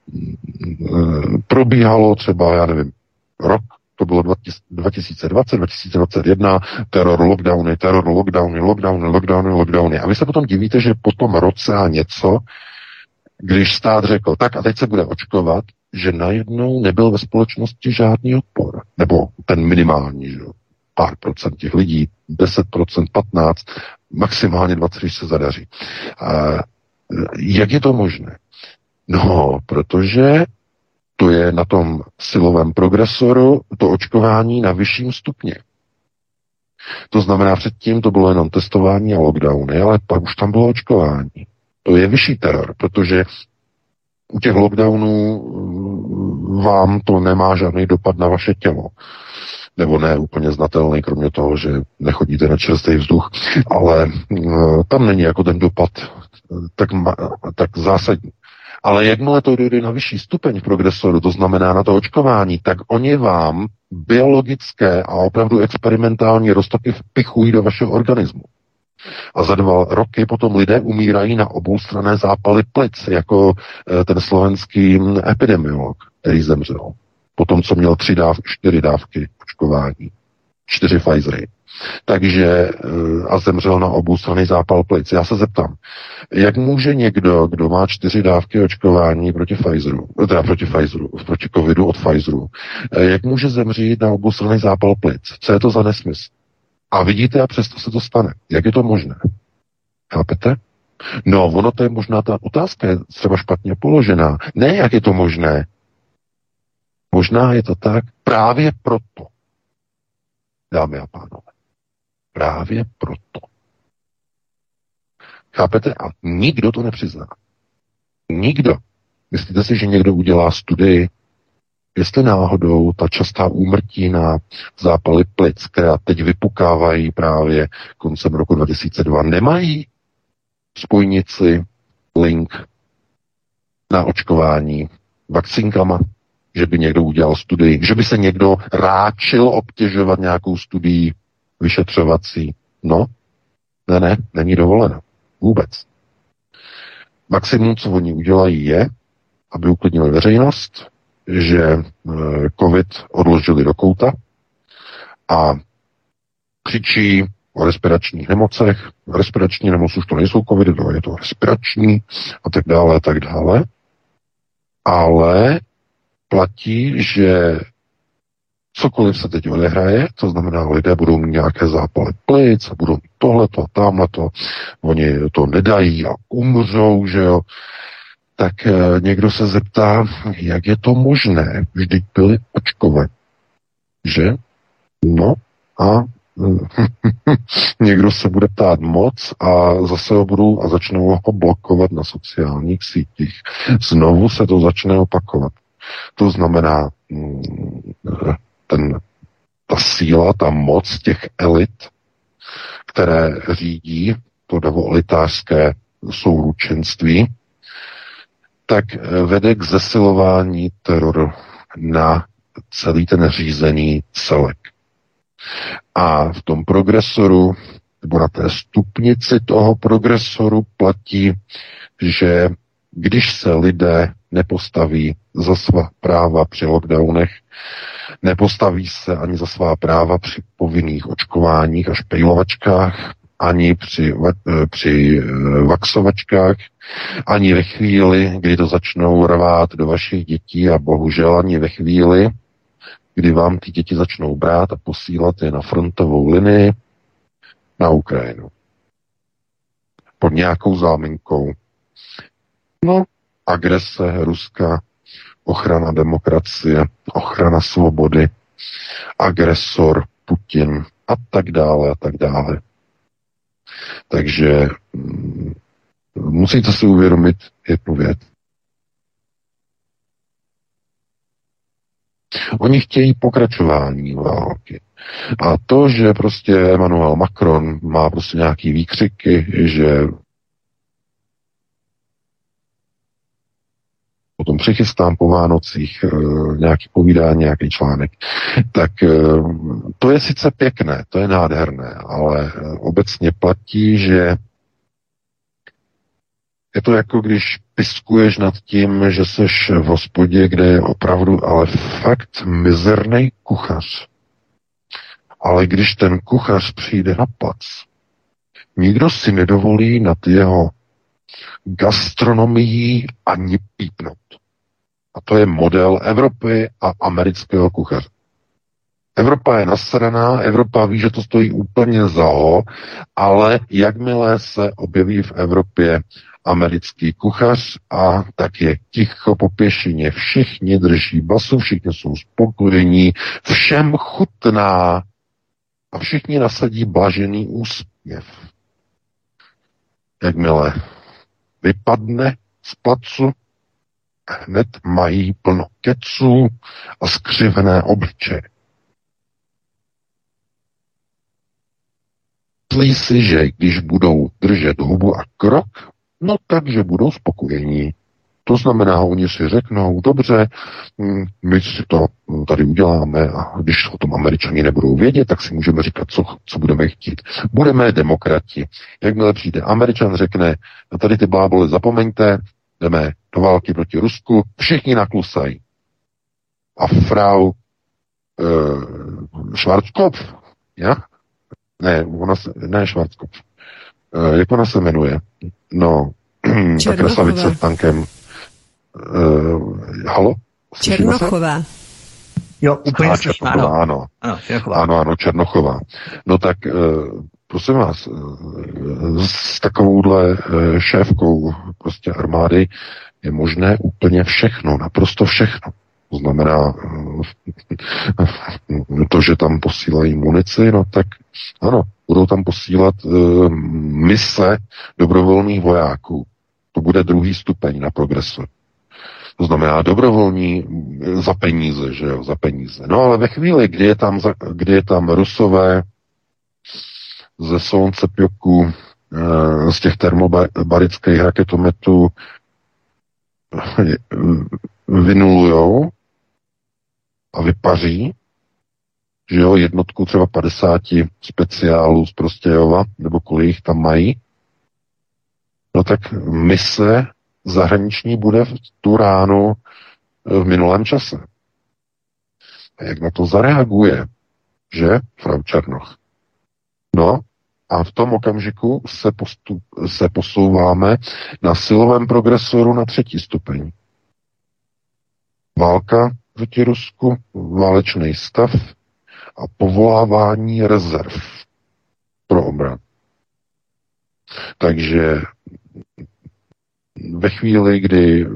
probíhalo třeba, já nevím, rok, to bylo dva tisíce dvacet, dva tisíce dvacet jedna, teror, lockdowny, teror, lockdowny, lockdowny, lockdowny, lockdowny. A vy se potom divíte, že po tom roce a něco, když stát řekl, tak a teď se bude očkovat, že najednou nebyl ve společnosti žádný odpor. Nebo ten minimální, že jo. Pár procent těch lidí, deset procent, patnáct, maximálně dvacet, když se zadaří. A jak je to možné? No, protože to je na tom silovém progresoru to očkování na vyšším stupni. To znamená, předtím to bylo jenom testování a lockdowny, ale pak už tam bylo očkování. To je vyšší teror, protože u těch lockdownů vám to nemá žádný dopad na vaše tělo. Nebo ne úplně znatelný, kromě toho, že nechodíte na čerstvý vzduch, ale uh, tam není jako ten dopad tak, tak zásadní. Ale jakmile to dojde na vyšší stupeň v progresoru, to znamená na to očkování, tak oni vám biologické a opravdu experimentální roztoky vpichují do vašeho organismu. A za dva roky potom lidé umírají na oboustranné zápaly plic, jako ten slovenský epidemiolog, který zemřel. Potom, co měl tři dáv, čtyři dávky očkování, čtyři Pfizery. Takže a zemřel na oboustranný zápal plic. Já se zeptám, jak může někdo, kdo má čtyři dávky očkování proti Pfizeru, teda proti Pfizeru, proti covidu od Pfizeru, jak může zemřít na oboustranný zápal plic? Co je to za nesmysl? A vidíte, a přesto se to stane. Jak je to možné? Chápete? No, ono to je možná, ta otázka je třeba špatně položená. Ne, jak je to možné. Možná je to tak právě proto, dámy a pánové. Právě proto. Chápete? A nikdo to nepřizná. Nikdo. Myslíte si, že někdo udělá studii, jestli náhodou ta častá úmrtí na zápaly plic, která teď vypukávají právě koncem roku dva tisíce dva, nemají spojnici, link na očkování vakcínkama, že by někdo udělal studii, že by se někdo ráčil obtěžovat nějakou studii vyšetřovací. No, ne, ne, není dovoleno. Vůbec. Maximum, co oni udělají, je, aby uklidnili veřejnost, že covid odložili do kouta a křičí o respiračních nemocech. Respirační nemoc už to nejsou covidy, to je to respirační a tak dále, a tak dále. Ale platí, že cokoliv se teď odehraje, to znamená, lidé budou mít nějaké zápaly plic, budou mít tohleto a tamhleto, oni to nedají a umřou, že jo, tak e, někdo se zeptá, jak je to možné, vždyť byli očkovaní, že? No a někdo se bude ptát moc a zase ho budou a začnou ho blokovat na sociálních sítích. Znovu se to začne opakovat. To znamená, ten, ta síla, ta moc těch elit, které řídí to davoelitářské souručenství, tak vede k zesilování teroru na celý ten řízený celek. A v tom progresoru, nebo na té stupnici toho progresoru platí, že když se lidé nepostaví za svá práva při lockdownech, nepostaví se ani za svá práva při povinných očkováních a špejlovačkách, ani při, při vaxovačkách, ani ve chvíli, kdy to začnou rvát do vašich dětí a bohužel ani ve chvíli, kdy vám ty děti začnou brát a posílat je na frontovou linii na Ukrajinu. Pod nějakou záminkou. No, agrese Ruska, ochrana demokracie, ochrana svobody, agresor Putin a tak dále a tak dále. Takže mm, musíte si uvědomit jednu věc. Oni chtějí pokračování války. A to, že prostě Emmanuel Macron má prostě nějaký výkřiky, že potom přichystám po Vánocích e, nějaký povídání, nějaký článek, tak e, to je sice pěkné, to je nádherné, ale e, obecně platí, že je to jako když piskuješ nad tím, že seš v hospodě, kde je opravdu ale fakt mizerný kuchař. Ale když ten kuchař přijde na plac, nikdo si nedovolí nad jeho gastronomií ani pípnout. A to je model Evropy a amerického kuchaře. Evropa je nasraná, Evropa ví, že to stojí úplně za ho, ale jakmile se objeví v Evropě americký kuchař a tak je ticho po pěšině, všichni drží basu, všichni jsou spokojení, všem chutná a všichni nasadí blažený úsměv. Jakmile vypadne z placu, hned mají plno keců a skřivené obličeje. Myslí si, že když budou držet hubu a krok, no takže budou spokojení. To znamená, oni si řeknou, dobře, my si to tady uděláme a když o tom Američani nebudou vědět, tak si můžeme říkat, co, co budeme chtít. Budeme demokrati. Jakmile přijde Američan, řekne, no tady ty blábole zapomeňte, jdeme do války proti Rusku, všichni naklusají. A frau uh, Schwarzkopf, ja? Ne, ona se, ne Schwarzkopf. Uh, jak ona se jmenuje? No, ta krasavice s tankem. Uh, halo? Černochová. Jo, úplně ah, Černochová, ano. Ano, ano, Černochová. ano, ano, Černochová. No tak, uh, prosím vás, uh, s takovouhle uh, šéfkou prostě armády je možné úplně všechno, naprosto všechno. To znamená uh, to, že tam posílají munici, no tak ano, budou tam posílat uh, mise dobrovolných vojáků. To bude druhý stupeň na progresor. To znamená dobrovolní za peníze, že jo, za peníze. No ale ve chvíli, kdy je tam, kdy je tam Rusové ze Solncepjoku, z těch termobarických raketometů vynulujou a vypaří, že jo, jednotku třeba padesáti speciálů z Prostějova, nebo kolik jich tam mají, no tak mise zahraniční bude v tu ránu v minulém čase. A jak na to zareaguje, že, frau Černoch? No, a v tom okamžiku se, postup, se posouváme na silovém progresoru na třetí stupeň. Válka proti Rusku, válečný stav a povolávání rezerv pro obranu. Takže ve chvíli, kdy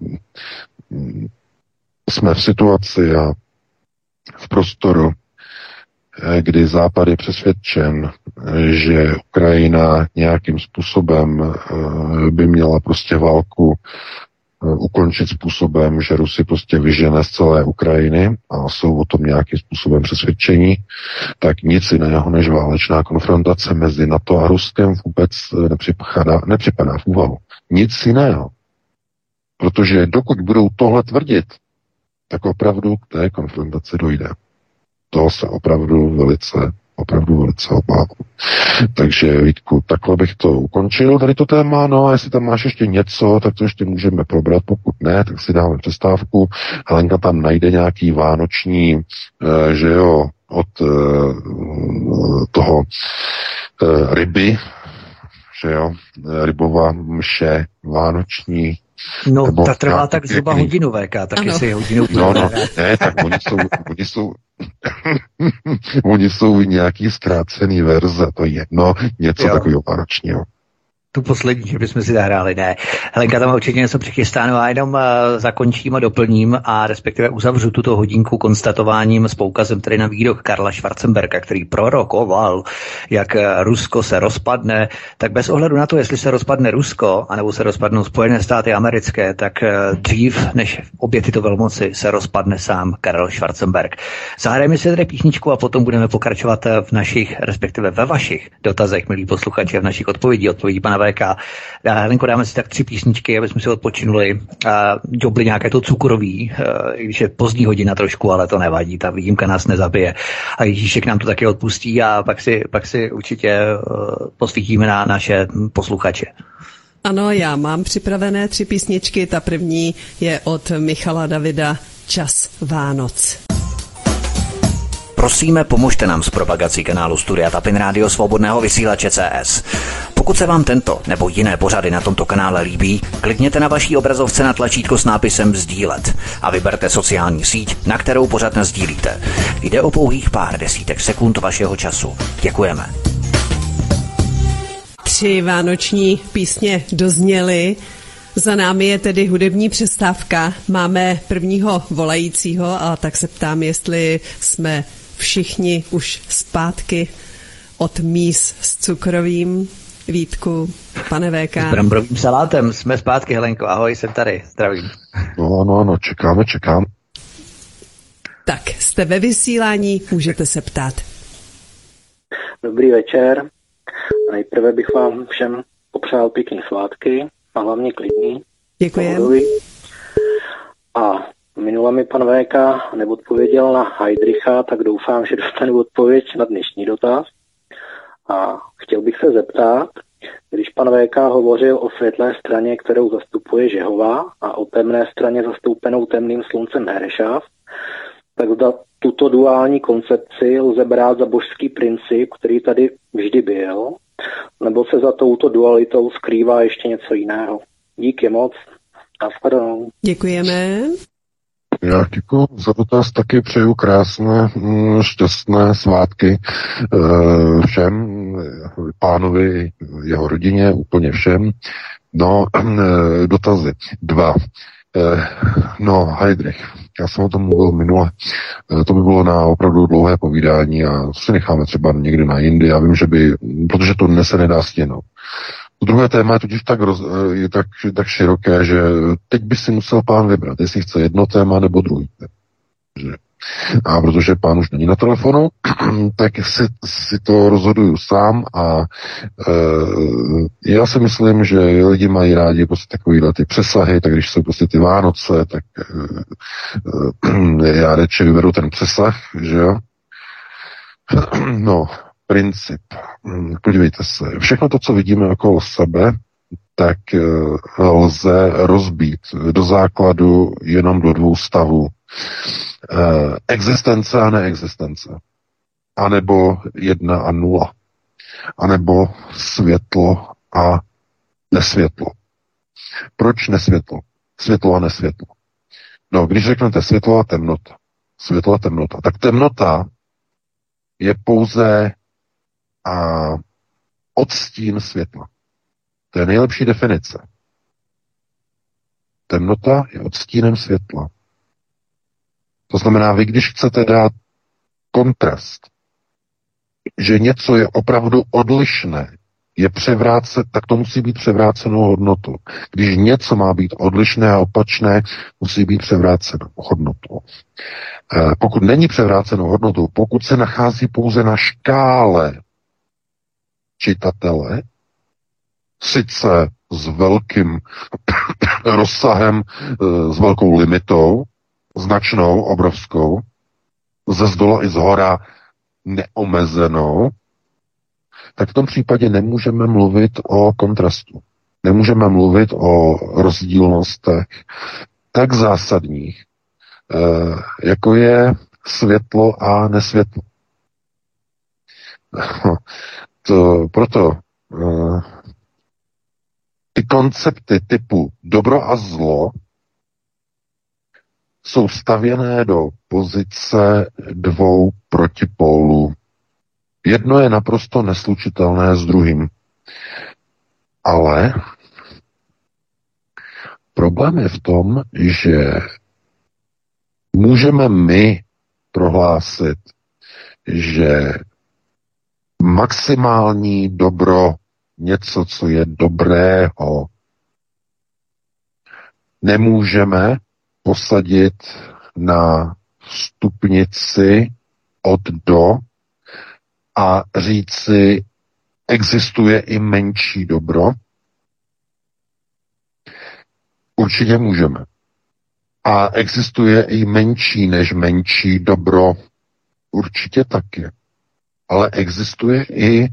jsme v situaci a v prostoru, kdy Západ je přesvědčen, že Ukrajina nějakým způsobem by měla prostě válku ukončit způsobem, že Rusy prostě vyžene z celé Ukrajiny a jsou o tom nějakým způsobem přesvědčení, tak nic jiného než válečná konfrontace mezi NATO a Ruskem vůbec nepřipadá, nepřipadá v úvahu. Nic jiného. Protože dokud budou tohle tvrdit, tak opravdu k té konfrontaci dojde. To se opravdu velice, opravdu velice obávám. Takže Vítku, takhle bych to ukončil, tady to téma, no a jestli tam máš ještě něco, tak to ještě můžeme probrat, pokud ne, tak si dáme přestávku. Helenka tam najde nějaký vánoční, eh, že jo, od eh, toho eh, ryby, že jo, rybová mše vánoční. No, ta trvá tak zhruba hodinu V K, taky ano. Si hodinu. No, no, ne, tak oni jsou, oni jsou, oni jsou nějaký zkrácený verze, to je jedno, něco jo. Takového vánočního. Tu poslední, že bychom si zahráli, ne. Helenka tam určitě něco přichystáno a jenom uh, zakončím a doplním a respektive uzavřu tuto hodinku konstatováním s poukazem tedy na výrok Karla Schwarzenberga, který prorokoval, jak Rusko se rozpadne, tak bez ohledu na to, jestli se rozpadne Rusko, anebo se rozpadnou Spojené státy americké, tak uh, dřív, než obě tyto velmoci, se rozpadne sám Karel Schwarzenberg. Zahrajeme si tedy písničku a potom budeme pokračovat v našich, respektive ve vašich dotazech, milí posluchači, v našich odpovědí, odpovědí pana V K. Helenko, dáme si tak tři písničky, aby jsme si odpočinuli a jobli nějaké to cukroví, i když je pozdní hodina trošku, ale to nevadí, ta výjimka nás nezabije. A Ježíšek nám to taky odpustí a pak si, pak si určitě posvítíme na naše posluchače. Ano, já mám připravené tři písničky. Ta první je od Michala Davida, Čas Vánoc. Prosíme, pomožte nám s propagací kanálu Studia Tapin Rádio Svobodného vysílače C S. Pokud se vám tento nebo jiné pořady na tomto kanále líbí, klikněte na vaší obrazovce na tlačítko s nápisem sdílet a vyberte sociální síť, na kterou pořad sdílíte. Jde o pouhých pár desítek sekund vašeho času. Děkujeme. Tři vánoční písně dozněly. Za námi je tedy hudební přestávka. Máme prvního volajícího a tak se ptám, jestli jsme všichni už zpátky od míz s cukrovým. Vítku, pane V K. S bramborovým salátem. Jsme zpátky, Helenko. Ahoj, jsem tady. Zdravím. No, ano, ano, čekáme, čekám. Tak, jste ve vysílání, můžete se ptát. Dobrý večer. Nejprve bych vám všem popřál pěkný svátky a hlavně klidný. Děkujeme. A minule mi pan V K neodpověděl na Heidricha, tak doufám, že dostanu odpověď na dnešní dotaz. A chtěl bych se zeptat, když pan V K hovořil o světlé straně, kterou zastupuje Žehova, a o temné straně zastoupenou temným sluncem Herešav, tak zda tuto duální koncepci lze brát za božský princip, který tady vždy byl, nebo se za touto dualitou skrývá ještě něco jiného. Díky moc. Nashledanou. Děkujeme. Já děkuji za dotaz, taky přeju krásné, šťastné svátky všem, pánovi, jeho rodině, úplně všem. No, dotazy. Dva. No, Heidrich, já jsem o tom mluvil minule. To by bylo na opravdu dlouhé povídání a to si necháme třeba někdy na jindy. Já vím, že by, protože to se nedá stěnout. To druhé téma je totiž tak, roz, je tak, tak široké, že teď by si musel pán vybrat, jestli chce jedno téma nebo druhý téma. A protože pán už není na telefonu, tak si, si to rozhoduju sám a e, já si myslím, že lidi mají rádi prostě takovýhle ty přesahy, tak když jsou prostě ty Vánoce, tak e, e, já radši vyberu ten přesah, že jo. No, princip. Podívejte se, všechno to, co vidíme okolo sebe, tak e, lze rozbít do základu jenom do dvou stavů. E, existence a neexistence. A nebo jedna a nula. A nebo světlo a nesvětlo. Proč nesvětlo? Světlo a nesvětlo. No, když řeknete světlo a temnota, světlo a temnota, tak temnota je pouze a odstín světla. To je nejlepší definice. Temnota je odstínem světla. To znamená, vy když chcete dát kontrast, že něco je opravdu odlišné, je převrácet, tak to musí být převrácenou hodnotu. Když něco má být odlišné a opačné, musí být převrácenou hodnotou. E, pokud není převrácenou hodnotou, pokud se nachází pouze na škále čitatele, sice s velkým rozsahem, s velkou limitou, značnou, obrovskou, ze zdola i z hora neomezenou, tak v tom případě nemůžeme mluvit o kontrastu. Nemůžeme mluvit o rozdílnostech tak zásadních, jako je světlo a nesvětlo. To, proto ty koncepty typu dobro a zlo jsou stavěné do pozice dvou protipólů. Jedno je naprosto neslučitelné s druhým. Ale problém je v tom, že můžeme my prohlásit, že maximální dobro, něco, co je dobrého, nemůžeme posadit na stupnici od do a říci, existuje i menší dobro? Určitě můžeme. A existuje i menší než menší dobro? Určitě taky. Ale existuje i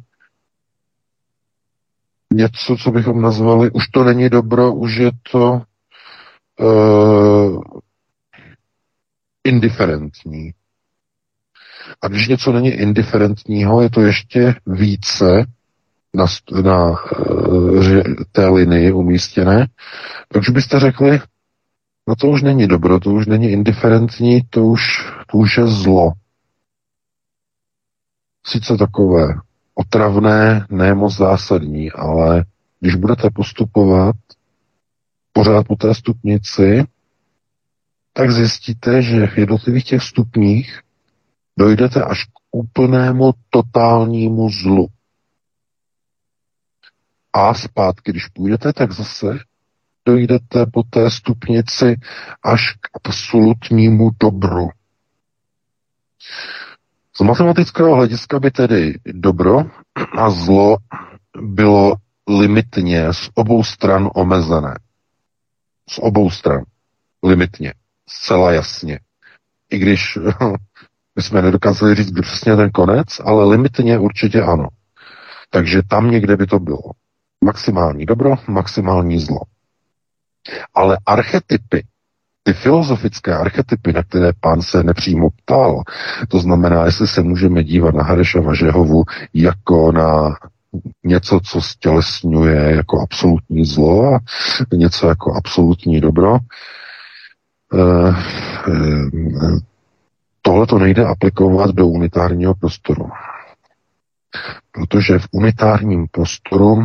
něco, co bychom nazvali, už to není dobro, už je to uh, indiferentní. A když něco není indiferentního, je to ještě více na, na uh, té linii umístěné, takže byste řekli, no to už není dobro, to už není indiferentní, to už, to už je zlo. Sice takové otravné, ne moc zásadní, ale když budete postupovat pořád po té stupnici, tak zjistíte, že v jednotlivých těch stupních dojdete až k úplnému totálnímu zlu. A zpátky, když půjdete, tak zase dojdete po té stupnici až k absolutnímu dobru. Z matematického hlediska by tedy dobro a zlo bylo limitně z obou stran omezené. Z obou stran. Limitně. Zcela jasně. I když my jsme nedokázali říct přesně ten konec, ale limitně určitě ano. Takže tam někde by to bylo. Maximální dobro, maximální zlo. Ale archetypy, ty filozofické archetypy, na které pán se nepřímo ptal, to znamená, jestli se můžeme dívat na Harešova Žehovu jako na něco, co stělesňuje jako absolutní zlo a něco jako absolutní dobro, tohle to nejde aplikovat do unitárního prostoru. Protože v unitárním prostoru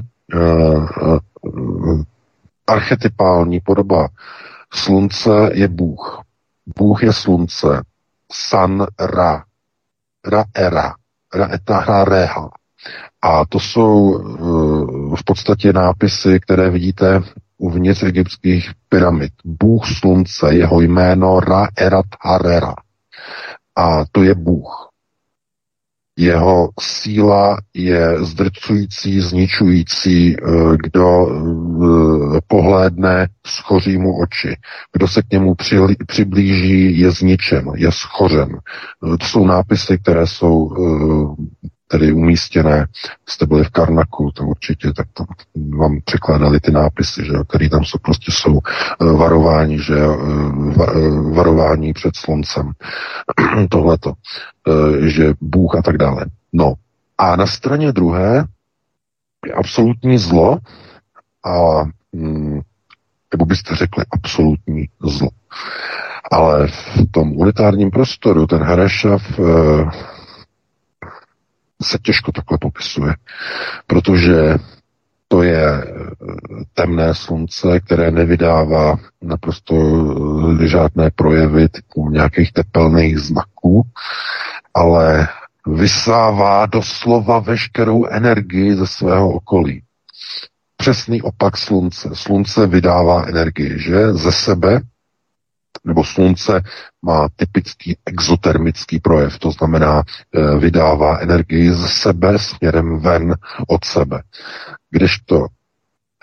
archetypální podoba slunce je Bůh. Bůh je slunce. San Ra. Ra era. Ra eta hra reha. A to jsou uh, v podstatě nápisy, které vidíte uvnitř egyptských pyramid. Bůh slunce, jeho jméno Ra erat harera. A to je Bůh. Jeho síla je zdrcující, zničující, kdo pohlédne, schoří mu oči. Kdo se k němu přiblíží, je zničen, je schořen. To jsou nápisy, které jsou tedy umístěné. Jste byli v Karnaku, to určitě, tak tam vám překládali ty nápisy, že, které tam jsou, prostě jsou varování, že, varování před sluncem. Tohleto, že Bůh a tak dále. No a na straně druhé je absolutní zlo a nebo byste řekli absolutní zlo. Ale v tom unitárním prostoru ten Harešav se těžko takhle popisuje, protože to je temné slunce, které nevydává naprosto žádné projevy typu nějakých tepelných znaků, ale vysává doslova veškerou energii ze svého okolí. Přesný opak slunce. Slunce vydává energii, že? Ze sebe, nebo slunce má typický exotermický projev, to znamená, e, vydává energii ze sebe směrem ven od sebe. Kdežto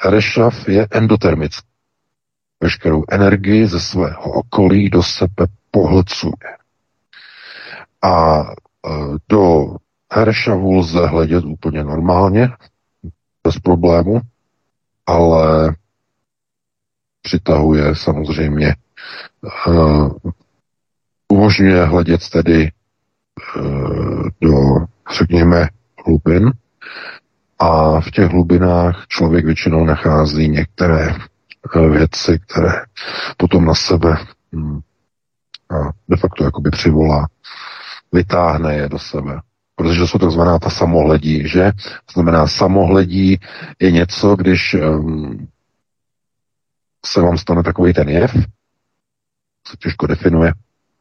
Harešav je endotermický. Veškerou energii ze svého okolí do sebe pohlcuje. A do Heršavu lze hledět úplně normálně, bez problému, ale přitahuje samozřejmě, uh, umožňuje hledět tedy uh, do, řekněme, hlubin a v těch hlubinách člověk většinou nachází některé uh, věci, které potom na sebe um, a de facto jakoby přivolá, vytáhne je do sebe. Protože to jsou takzvaná ta samohledí, že? To znamená, samohledí je něco, když um, se vám stane takový ten jev, se těžko definuje,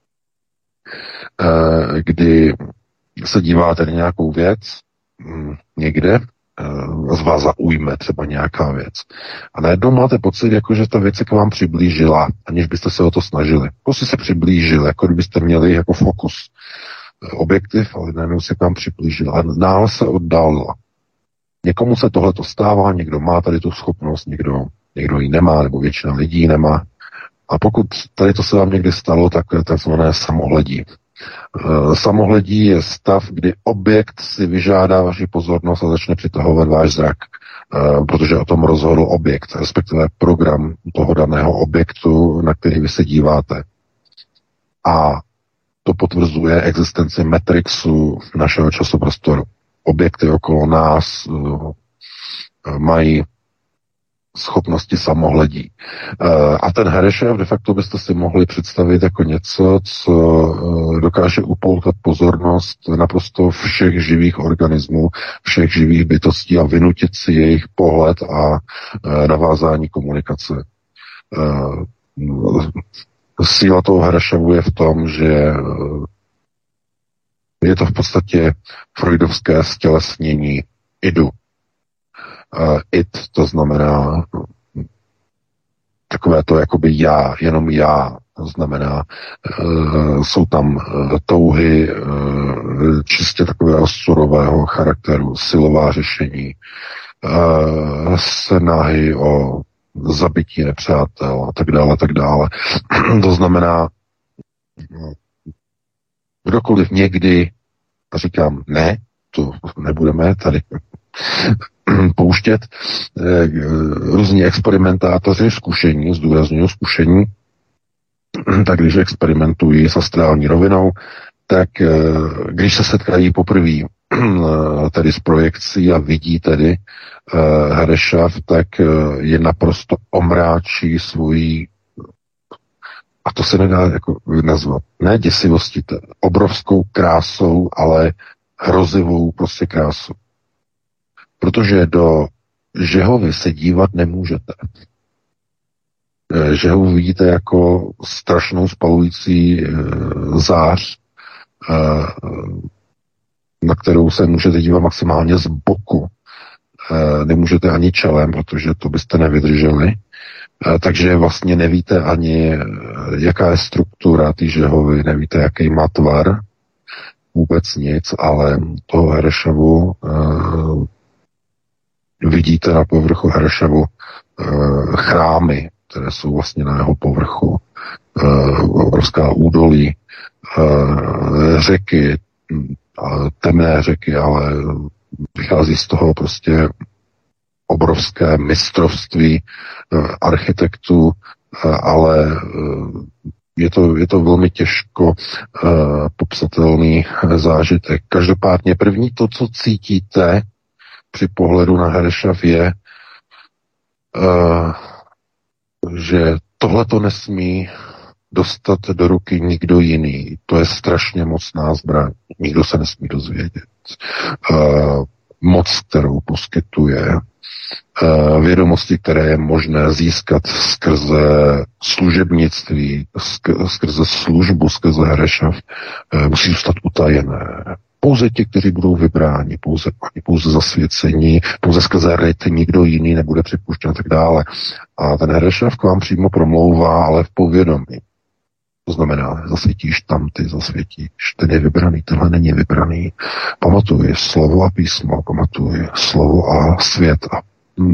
uh, kdy se díváte na nějakou věc um, někde, uh, z vás zaujme třeba nějaká věc. A najednou máte pocit, jako že ta věc se k vám přiblížila, aniž byste se o to snažili. Prostě se přiblížil, jako kdybyste měli jako fokus objektiv, ale najednou se k vám přiblížila a dále se oddálila. Někomu se tohle to stává, někdo má tady tu schopnost, někdo, někdo ji nemá, nebo většina lidí nemá. A pokud tady to se vám někdy stalo, tak je takzvané samohledí. E, samohledí je stav, kdy objekt si vyžádá vaši pozornost a začne přitahovat váš zrak, e, protože o tom rozhodl objekt, respektive program toho daného objektu, na který vy se díváte. A to potvrzuje existenci matrixu našeho časoprostoru. Objekty okolo nás uh, mají schopnosti samohledí. Uh, a ten Herešev de facto byste si mohli představit jako něco, co uh, dokáže upoutat pozornost naprosto všech živých organismů, všech živých bytostí a vynutit si jejich pohled a uh, navázání komunikace. Uh, Síla toho Hereševu je v tom, že je to v podstatě freudovské stělesnění idu. Uh, id, to znamená takové to jakoby já, jenom já, to znamená, uh, jsou tam uh, touhy uh, čistě takového surového charakteru, silová řešení, uh, snahy o zabití nepřátel a tak dále, tak dále. To znamená, kdokoliv někdy, a říkám ne, to nebudeme tady pouštět, různí experimentátoři, zkušení, zdůrazňuji zkušení, tak když experimentují s astrální rovinou, tak když se setkají poprvé tedy s projekcí a vidí tedy uh, Herešav, tak uh, je naprosto omráčí svojí, a to se nedá jako nazvat, ne děsivostí, obrovskou krásou, ale hrozivou prostě krásu. Protože do Žehovy se dívat nemůžete. Žehovu vidíte jako strašnou spalující uh, zář, uh, na kterou se můžete dívat maximálně z boku. E, nemůžete ani čelem, protože to byste nevydrželi. E, takže vlastně nevíte ani, jaká je struktura té Žehovy, nevíte, jaký má tvar, vůbec nic, ale toho Herešavu e, vidíte na povrchu Herešavu e, chrámy, které jsou vlastně na jeho povrchu, e, obrovská údolí, e, řeky, temné řeky, ale vychází z toho prostě obrovské mistrovství architektů, ale je to, je to velmi těžko popsatelný zážitek. Každopádně první to, co cítíte při pohledu na Herešav, je, že tohle to nesmí dostat do ruky nikdo jiný. To je strašně mocná zbraň. Nikdo se nesmí dozvědět. Uh, moc, kterou poskytuje, uh, vědomosti, které je možné získat skrze služebnictví, skrze službu, skrze Herešav, uh, musí zůstat utajené. Pouze ti, kteří budou vybráni, pouze oni, pouze zasvěcení, pouze skrze ryt, nikdo jiný nebude připuštěn a tak dále. A ten Herešav k vám přímo promlouvá, ale v povědomí. To znamená, zasvětíš tam, ty zasvětíš, ten je vybraný, tenhle není vybraný. Pamatuj slovo a písmo, pamatuj slovo a svět. A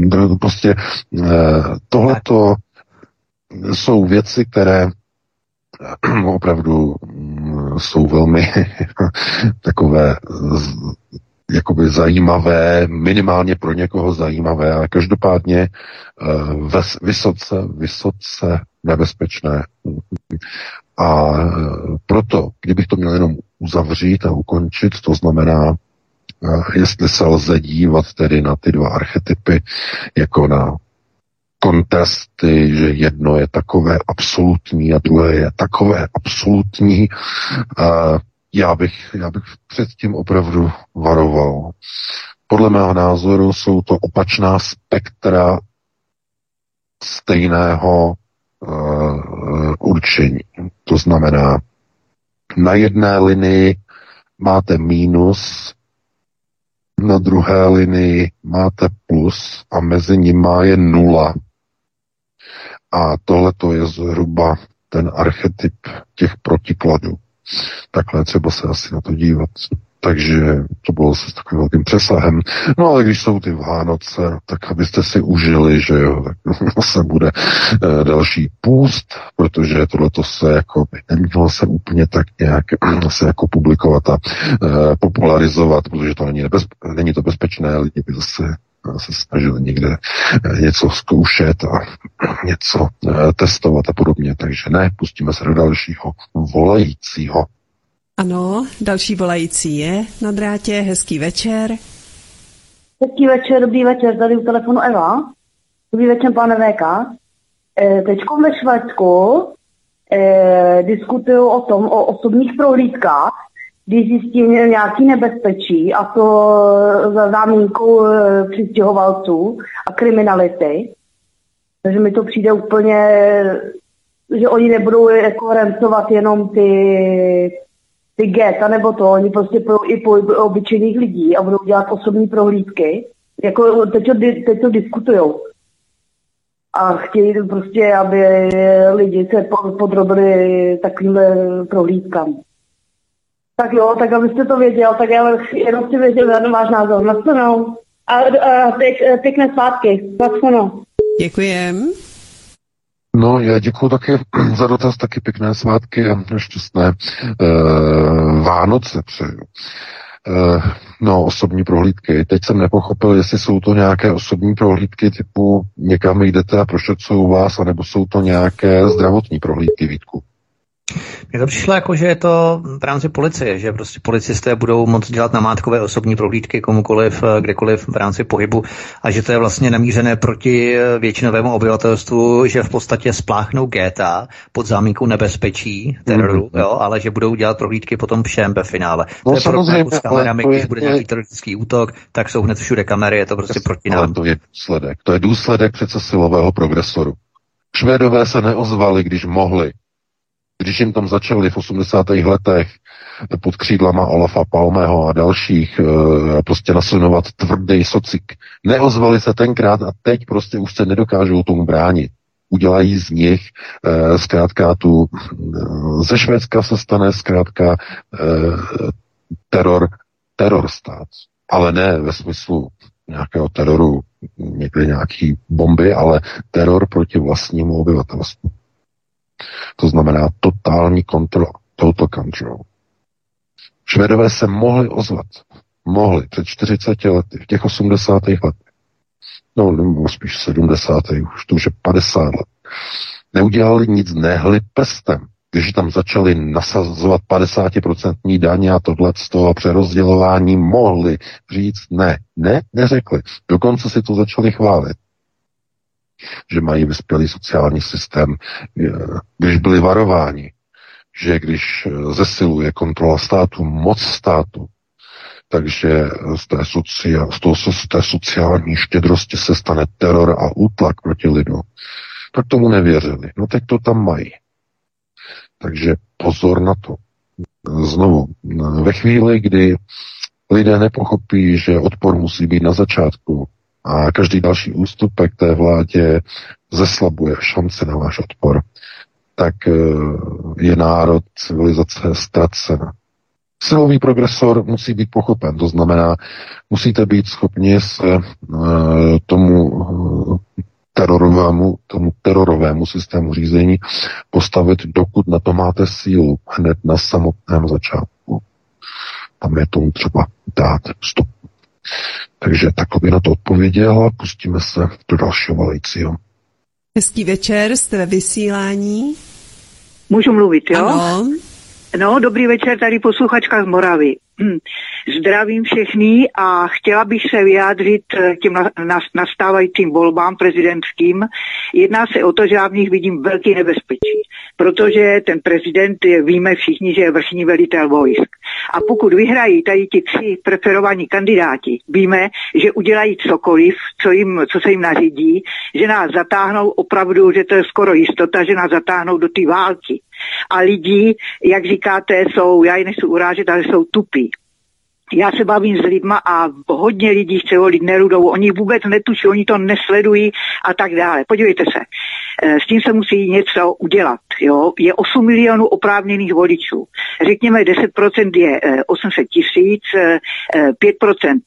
prostě tohleto jsou věci, které opravdu jsou velmi takové jakoby zajímavé, minimálně pro někoho zajímavé, ale každopádně ves, vysoce, vysoce nebezpečné. A proto, kdybych to měl jenom uzavřít a ukončit, to znamená, jestli se lze dívat tedy na ty dva archetypy jako na kontesty, že jedno je takové absolutní a druhé je takové absolutní. Já bych, já bych předtím opravdu varoval. Podle mého názoru jsou to opačná spektra stejného uh, určení. To znamená, na jedné linii máte mínus, na druhé linii máte plus a mezi nimi je nula. A tohle to je zhruba ten archetyp těch protikladů. Takhle třeba se asi na to dívat. Takže to bylo se s takovým velkým přesahem. No ale když jsou ty Vánoce, tak abyste si užili, že jo, tak se bude e, další půst, protože tohleto se jako by nemělo se úplně tak nějak se jako publikovat a e, popularizovat, protože to není, nebezpe, není to bezpečné, lidi by zase se snažili někde něco zkoušet a něco e, testovat a podobně. Takže ne, pustíme se do dalšího volajícího. Ano, další volající je na drátě. Hezký večer. Hezký večer, dobrý večer, tady u telefonu Eva. Dobrý večer, pane V K. E, teďko ve Švédsku e, diskutují o tom, o osobních prohlídkách, když zjistí nějaký nebezpečí, a to za zámínkou e, přistěhovalců a kriminality. Takže mi to přijde úplně, že oni nebudou jako remcovat jenom ty... ty geta nebo to, oni prostě pro, i po obyčejných lidí a budou dělat osobní prohlídky. Jako teď to, teď to diskutujou. A chtějí prostě, aby lidi se podrobili takovým prohlídkám. Tak jo, tak abyste to věděl, tak já jenom chci vědět váš názor. Nashledanou. A, a pěk, pěkné svátky. Nashledanou. Děkujem. No, já děkuju taky za dotaz, taky pěkné svátky a šťastné e, Vánoce přeju. E, no, osobní prohlídky. Teď jsem nepochopil, jestli jsou to nějaké osobní prohlídky typu někam jdete a prošetřují vás, anebo jsou to nějaké zdravotní prohlídky, Vítku. Mně to přišlo jako, že je to v rámci policie, že prostě policisté budou moct dělat namátkové osobní prohlídky komukoliv, kdekoliv v rámci pohybu a že to je vlastně namířené proti většinovému obyvatelstvu, že v podstatě spláchnou géta pod záminkou nebezpečí, teroru, mm-hmm. jo, ale že budou dělat prohlídky potom všem ve finále. No, to je podobné jako s kamerami, je, když bude nějaký teroristický útok, tak jsou hned všude kamery, je to prostě proti nám. Ale to je důsledek. To je důsledek přece silového progresoru. Švédové se neozvali, když mohli. Když jim tam začali v osmdesátých letech pod křídlama Olafa Palmeho a dalších e, prostě nasunovat tvrdý socik, neozvali se tenkrát a teď prostě už se nedokážou tomu bránit. Udělají z nich e, zkrátka tu, e, ze Švédska se stane zkrátka e, teror, teror stát. Ale ne ve smyslu nějakého teroru, někde nějaký bomby, ale teror proti vlastnímu obyvatelstvu. To znamená totální kontrola, total control. Švédové se mohli ozvat. Mohli před čtyřiceti lety, v těch osmdesátých letech. No, nebo spíš sedmdesátých, už to už je padesát let. Neudělali nic, nehli pestem. Když tam začali nasazovat padesát procent daně a tohle z toho přerozdělování, mohli říct ne. Ne, neřekli. Dokonce si to začali chválit, že mají vyspělý sociální systém. Když byli varováni, že když zesiluje kontrola státu, moc státu, takže z té, socia- z toho, z té sociální štědrosti se stane teror a útlak proti lidu, tak tomu nevěřili. No teď to tam mají. Takže pozor na to. Znovu, ve chvíli, kdy lidé nepochopí, že odpor musí být na začátku, a každý další ústupek té vládě zeslabuje šance na váš odpor, tak je národ, civilizace ztracena. Silový progresor musí být pochopen, to znamená, musíte být schopni se tomu terorovému, tomu terorovému systému řízení postavit, dokud na to máte sílu hned na samotném začátku. Tam je tomu třeba dát stop. Takže takhle by na to odpověděl a pustíme se do dalšího volajícího. Hezký večer, jste ve vysílání. Můžu mluvit, jo? Ano. No, dobrý večer, tady posluchačka z Moravy. Zdravím všechny a chtěla bych se vyjádřit těm nastávajícím volbám prezidentským. Jedná se o to, že já v nich vidím velký nebezpečí, protože ten prezident, víme všichni, že je vrchní velitel vojsk. A pokud vyhrají tady ti tři preferovaní kandidáti, víme, že udělají cokoliv, co, jim, co se jim nařídí, že nás zatáhnou opravdu, že to je skoro jistota, že nás zatáhnou do té války. A lidi, jak říkáte, jsou, já ji nechci urážet, ale jsou tupí. Já se bavím s lidma a hodně lidí chce volit Nerudovou, oni vůbec netuší, oni to nesledují a tak dále. Podívejte se, s tím se musí něco udělat. Jo? Je osm milionů oprávněných voličů. Řekněme, deset procent je osm set tisíc, pět procent,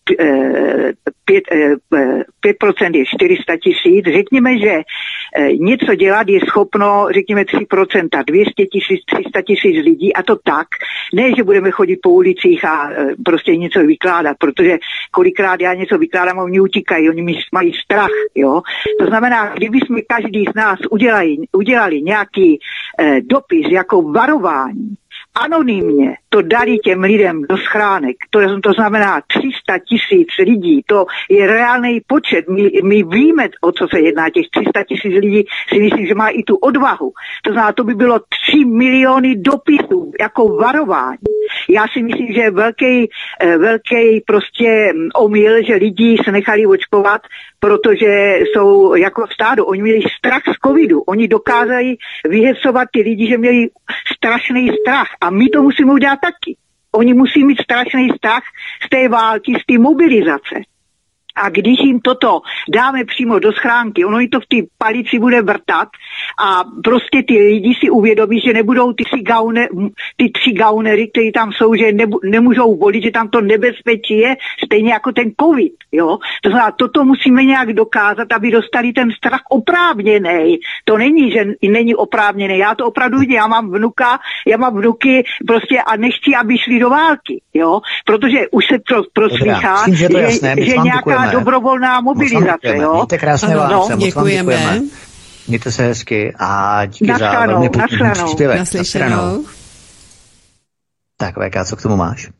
pět procent je čtyři sta tisíc. Řekněme, že něco dělat je schopno, řekněme, tři procenta, dvě stě tisíc, tři sta tisíc lidí a to tak, ne, že budeme chodit po ulicích a prostě něco vykládat, protože kolikrát já něco vykládám a oni utíkají, oni mají strach, jo. To znamená, kdyby jsme každý z nás udělali, udělali nějaký eh, dopis jako varování, anonymně to dali těm lidem do schránek, to, to znamená tři sta tisíc lidí, to je reálný počet, my, my víme, o co se jedná, těch tři sta tisíc lidí si myslím, že má i tu odvahu, to znamená, to by bylo tři miliony dopisů jako varování. Já si myslím, že je velký, velký prostě omyl, že lidi se nechali očkovat, protože jsou jako stádo, oni měli strach z covidu, oni dokázali vyhecovat ty lidi, že měli strašný strach a my to musíme udělat taky. Oni musí mít strašný strach z té války, z té mobilizace. A když jim toto dáme přímo do schránky, ono jim to v té palici bude vrtat a prostě ty lidi si uvědomí, že nebudou ty tři, gaune, ty tři gaunery, kteří tam jsou, že nebu, nemůžou volit, že tam to nebezpečí je stejně jako ten covid. Jo? To znamená, toto musíme nějak dokázat, aby dostali ten strach oprávněný. To není, že není oprávněný. Já to opravdu vidím. Já mám vnuka, já mám vnuky prostě a nechci, aby šli do války. Jo? Protože už se pro, proslýchá, že, že, jasné, že nějaká dobrovolná mobilizace, jo? Mějte krásné Vánoce, moc vám děkujeme. děkujeme. Mějte se hezky a díky Naschledanou, za velmi původní příspěvek. Naslyšenou. Tak, V K, co k tomu máš?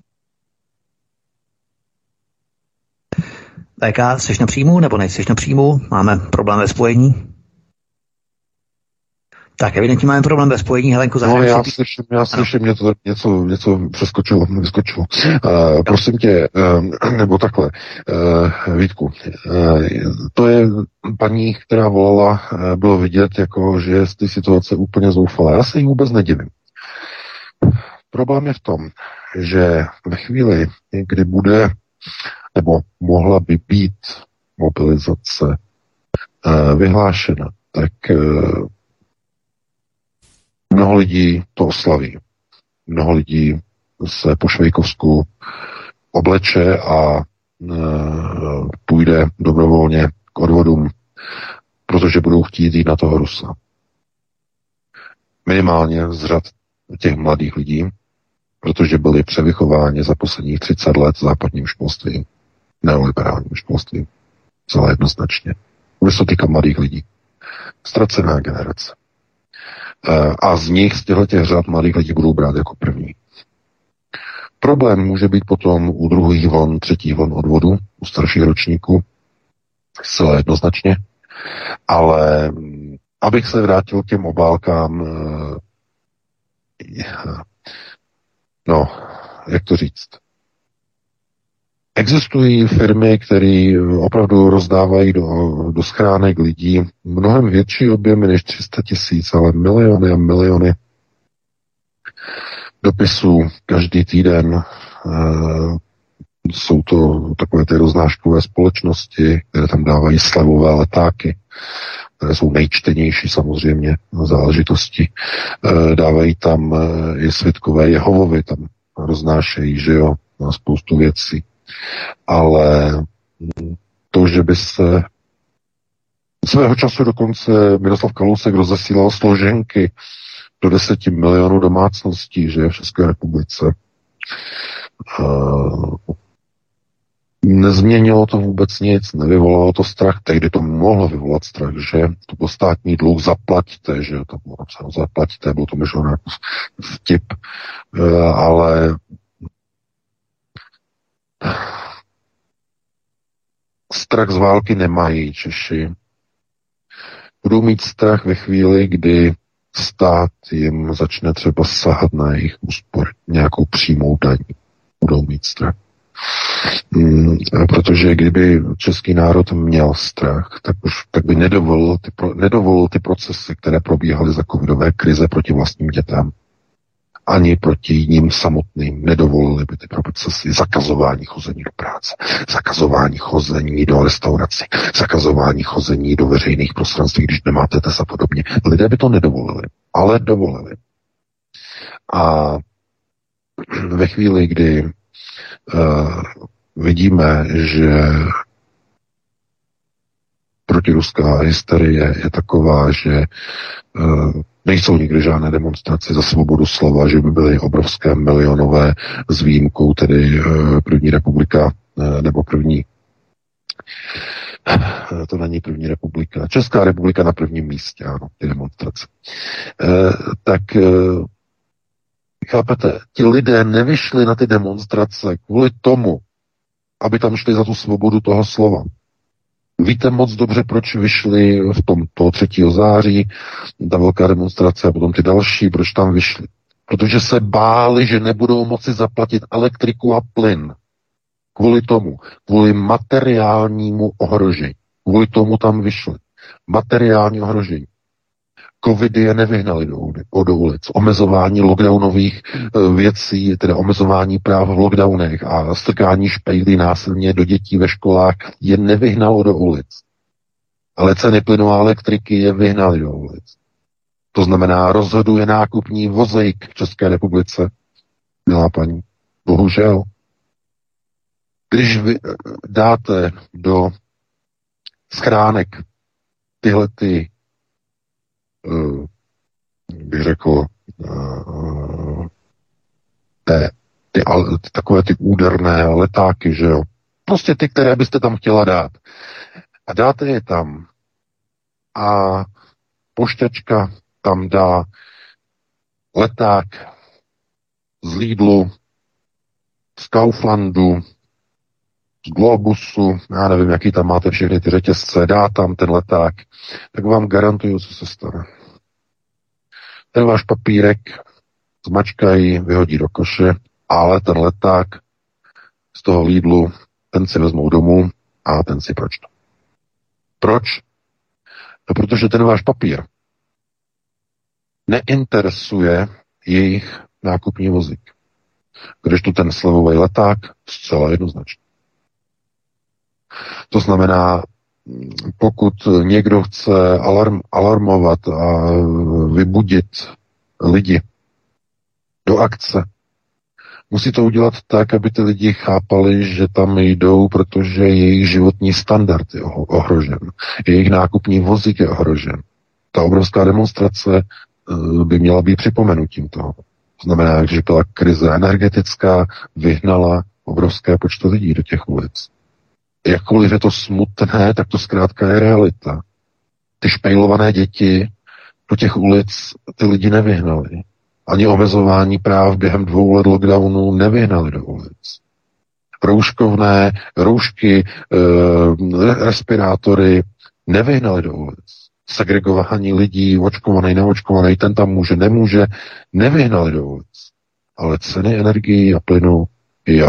V K, jsi na příjmu nebo nejsi na příjmu? Máme problém ve spojení? Tak, evidentně máme problém ve spojení. Helenku, zahraničí. No, já slyším, já slyším, mě to něco, něco přeskočilo, vyskočilo. Uh, prosím tě, uh, nebo takhle, uh, Vítku, uh, to je paní, která volala, uh, bylo vidět, jako, že je z té situace úplně zoufalá. Já se jí vůbec nedivím. Problém je v tom, že ve chvíli, kdy bude, nebo mohla by být mobilizace uh, vyhlášena, tak uh, mnoho lidí to oslaví. Mnoho lidí se po Švejkovsku obleče a e, půjde dobrovolně k odvodům, protože budou chtít jít na toho Rusa. Minimálně z řad těch mladých lidí, protože byli převychováni za posledních třicet let západním školstvím, neoliberálním školstvím. Celé jednoznačně. Bude se týkat mladých lidí. Ztracená generace. A z nich, z těchto těch řad mladých lidí budou brát jako první. Problém může být potom u druhých vln, třetích vln odvodu, u starších ročníků, zcela jednoznačně, ale abych se vrátil k těm obálkám, no, jak to říct, existují firmy, které opravdu rozdávají do, do schránek lidí mnohem větší objemy než tři sta tisíc, ale miliony a miliony dopisů každý týden. E, jsou to takové ty roznáškové společnosti, které tam dávají slevové letáky, které jsou nejčtenější samozřejmě záležitosti. E, dávají tam i svědkové Jehovovi, tam roznášejí, že jo, na spoustu věcí. Ale to, že by se Svého času dokonce Miroslav Kalousek rozesílal složenky do deseti milionů domácností, že v České republice. Uh, nezměnilo to vůbec nic, nevyvolalo to strach, tehdy to mohlo vyvolat strach, že to byl státní dluh, zaplaťte, že to bylo napsáno, zaplaťte, bylo to myšleno jako vtip, uh, ale strach z války nemají Češi. Budou mít strach ve chvíli, kdy stát jim začne třeba sahat na jejich úspor, nějakou přímou daní. Budou mít strach. Hmm, protože kdyby český národ měl strach, tak už tak by nedovolil ty, pro, nedovolil ty procesy, které probíhaly za covidové krize proti vlastním dětem. Ani proti ním samotným nedovolili by ty procesy zakazování chození do práce, zakazování chození do restaurací, zakazování chození do veřejných prostranství, když nemáte test a podobně. Lidé by to nedovolili, ale dovolili. A ve chvíli, kdy uh, vidíme, že protiruská hysterie je taková, že uh, nejsou nikdy žádné demonstrace za svobodu slova, že by byly obrovské milionové s výjimkou, tedy uh, první republika, uh, nebo první, uh, to není první republika, Česká republika na prvním místě, ano, ty demonstrace. Uh, tak uh, chápete, ti lidé nevyšli na ty demonstrace kvůli tomu, aby tam šli za tu svobodu toho slova. Víte moc dobře, proč vyšli v tom toho třetího září, ta velká demonstrace a potom ty další, proč tam vyšli. Protože se báli, že nebudou moci zaplatit elektriku a plyn. Kvůli tomu, kvůli materiálnímu ohrožení. Kvůli tomu tam vyšli. Materiální ohrožení. Covidy je nevyhnali do, do ulic. Omezování lockdownových e, věcí, tedy omezování práv v lockdownech a strkání špejlí násilně do dětí ve školách je nevyhnalo do ulic. Ale ceny plynu a elektriky je vyhnali do ulic. To znamená, rozhoduje nákupní vozejk v České republice. Milá paní, bohužel. Když vy dáte do schránek tyhle ty Uh, bych řekl, uh, te, ty, ty, takové ty úderné letáky, že jo. Prostě ty, které byste tam chtěla dát. A dáte je tam. A pošťačka tam dá leták z Lidlu, z Kauflandu, z Globusu, já nevím, jaký tam máte všechny ty řetězce, dá tam ten leták, tak vám garantuju, co se stane. Ten váš papírek zmačkají, vyhodí do koše, ale ten leták z toho Lidlu, ten si vezmou domů a ten si pročtou. Proč? No, protože ten váš papír neinteresuje jejich nákupní vozík. Když tu ten slevový leták zcela jednoznačně. To znamená, pokud někdo chce alarm, alarmovat a vybudit lidi do akce, musí to udělat tak, aby ty lidi chápali, že tam jdou, protože jejich životní standard je ohrožen. Jejich nákupní vozík je ohrožen. Ta obrovská demonstrace by měla být připomenutím toho. To znamená, že byla krize energetická, vyhnala obrovské počty lidí do těch ulic. Jakkoliv je to smutné, tak to zkrátka je realita. Ty špejlované děti do těch ulic ty lidi nevyhnali. Ani omezování práv během dvou let lockdownu nevyhnali do ulic. Rouškovné, roušky, e, respirátory nevyhnali do ulic. Segregování lidí, očkovaný, neočkovaný, ten tam může, nemůže, nevyhnali do ulic. Ale ceny energií a plynu, jo.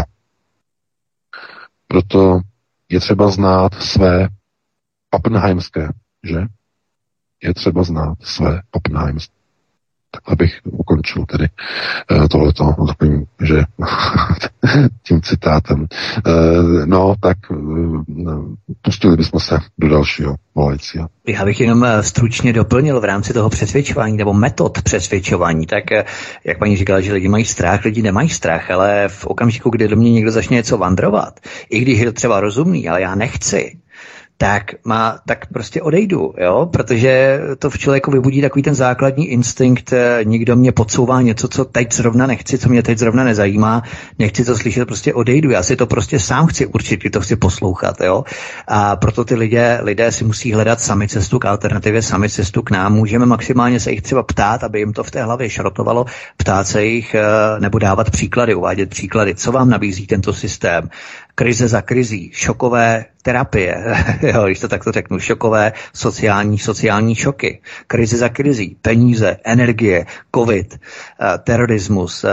Proto je třeba znát své pappenheimské, že? Je třeba znát své pappenheimské. Takhle bych ukončil tedy tohleto, že tím citátem. No, tak pustili bychom se do dalšího volajícího. Já bych jenom stručně doplnil v rámci toho přesvědčování nebo metod přesvědčování. Tak jak paní říkala, že lidi mají strach, lidi nemají strach, ale v okamžiku, kdy do mě někdo začne něco vandrovat, i když je to třeba rozumný, ale já nechci, tak má, tak prostě odejdu, jo, protože to v člověku vybudí takový ten základní instinkt, někdo mě podsouvá něco, co teď zrovna nechci, co mě teď zrovna nezajímá, nechci to slyšet, prostě odejdu, já si to prostě sám chci určitě, to chci poslouchat, jo, a proto ty lidé, lidé si musí hledat sami cestu k alternativě, sami cestu k nám, můžeme maximálně se jich třeba ptát, aby jim to v té hlavě šrotovalo, ptát se jich nebo dávat příklady, uvádět příklady, co vám nabízí tento systém, krize za krizí, šokové terapie, jo, když to takto řeknu, šokové sociální, sociální šoky, krize za krizí, peníze, energie, covid, terorismus,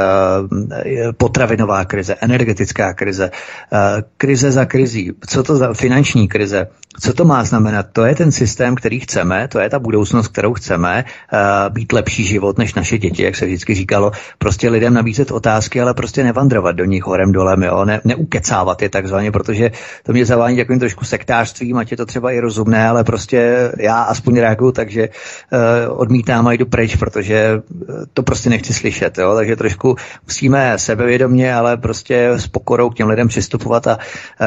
potravinová krize, energetická krize, krize za krizí, co to za finanční krize, co to má znamenat? To je ten systém, který chceme, to je ta budoucnost, kterou chceme, být lepší život než naše děti, jak se vždycky říkalo, prostě lidem nabízet otázky, ale prostě nevandrovat do nich horem dolem, jo, ne, neukecávat je takzvaně, protože to mě zavání takovým trošku sektářstvím, ať je to třeba i rozumné, ale prostě já aspoň reaguju, takže uh, odmítám a jdu pryč, protože to prostě nechci slyšet, jo, takže trošku musíme sebevědomě, ale prostě s pokorou k těm lidem přistupovat a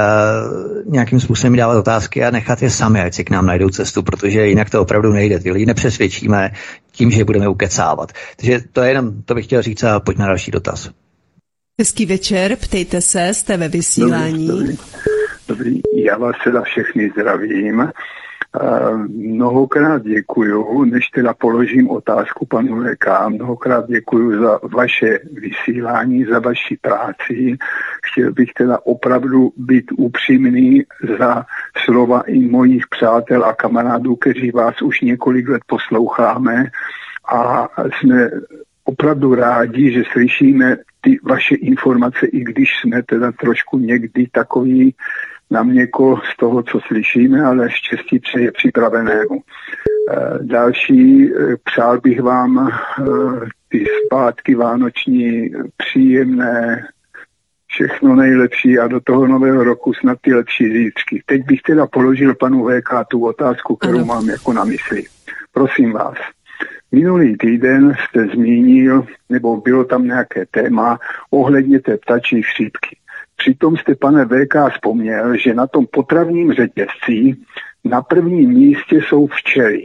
uh, nějakým způsobem dávat otázky a nechat je sami, ať si k nám najdou cestu, protože jinak to opravdu nejde. Ty lidi nepřesvědčíme tím, že je budeme ukecávat. Takže to je jenom, to bych chtěl říct a pojď na další dotaz. Hezký večer, ptejte se, jste ve vysílání. Dobrý, dobrý. Dobrý, já vás teda všechny zdravím. Uh, mnohokrát děkuju, než teda položím otázku panu V K, mnohokrát děkuju za vaše vysílání, za vaši práci. Chtěl bych teda opravdu být upřímný za slova i mojich přátel a kamarádů, kteří vás už několik let posloucháme a jsme opravdu rádi, že slyšíme ty vaše informace, i když jsme teda trošku někdy takový na měko z toho, co slyšíme, ale štěstí přeje připravenému. Další, přál bych vám ty zpátky vánoční příjemné, všechno nejlepší a do toho nového roku snad ty lepší zítřky. Teď bych teda položil panu V K tu otázku, kterou ano. mám jako na mysli. Prosím vás. Minulý týden jste zmínil, nebo bylo tam nějaké téma ohledně té ptačí chřipky. Přitom jste, pane V K, vzpomněl, že na tom potravním řetězci na prvním místě jsou včely.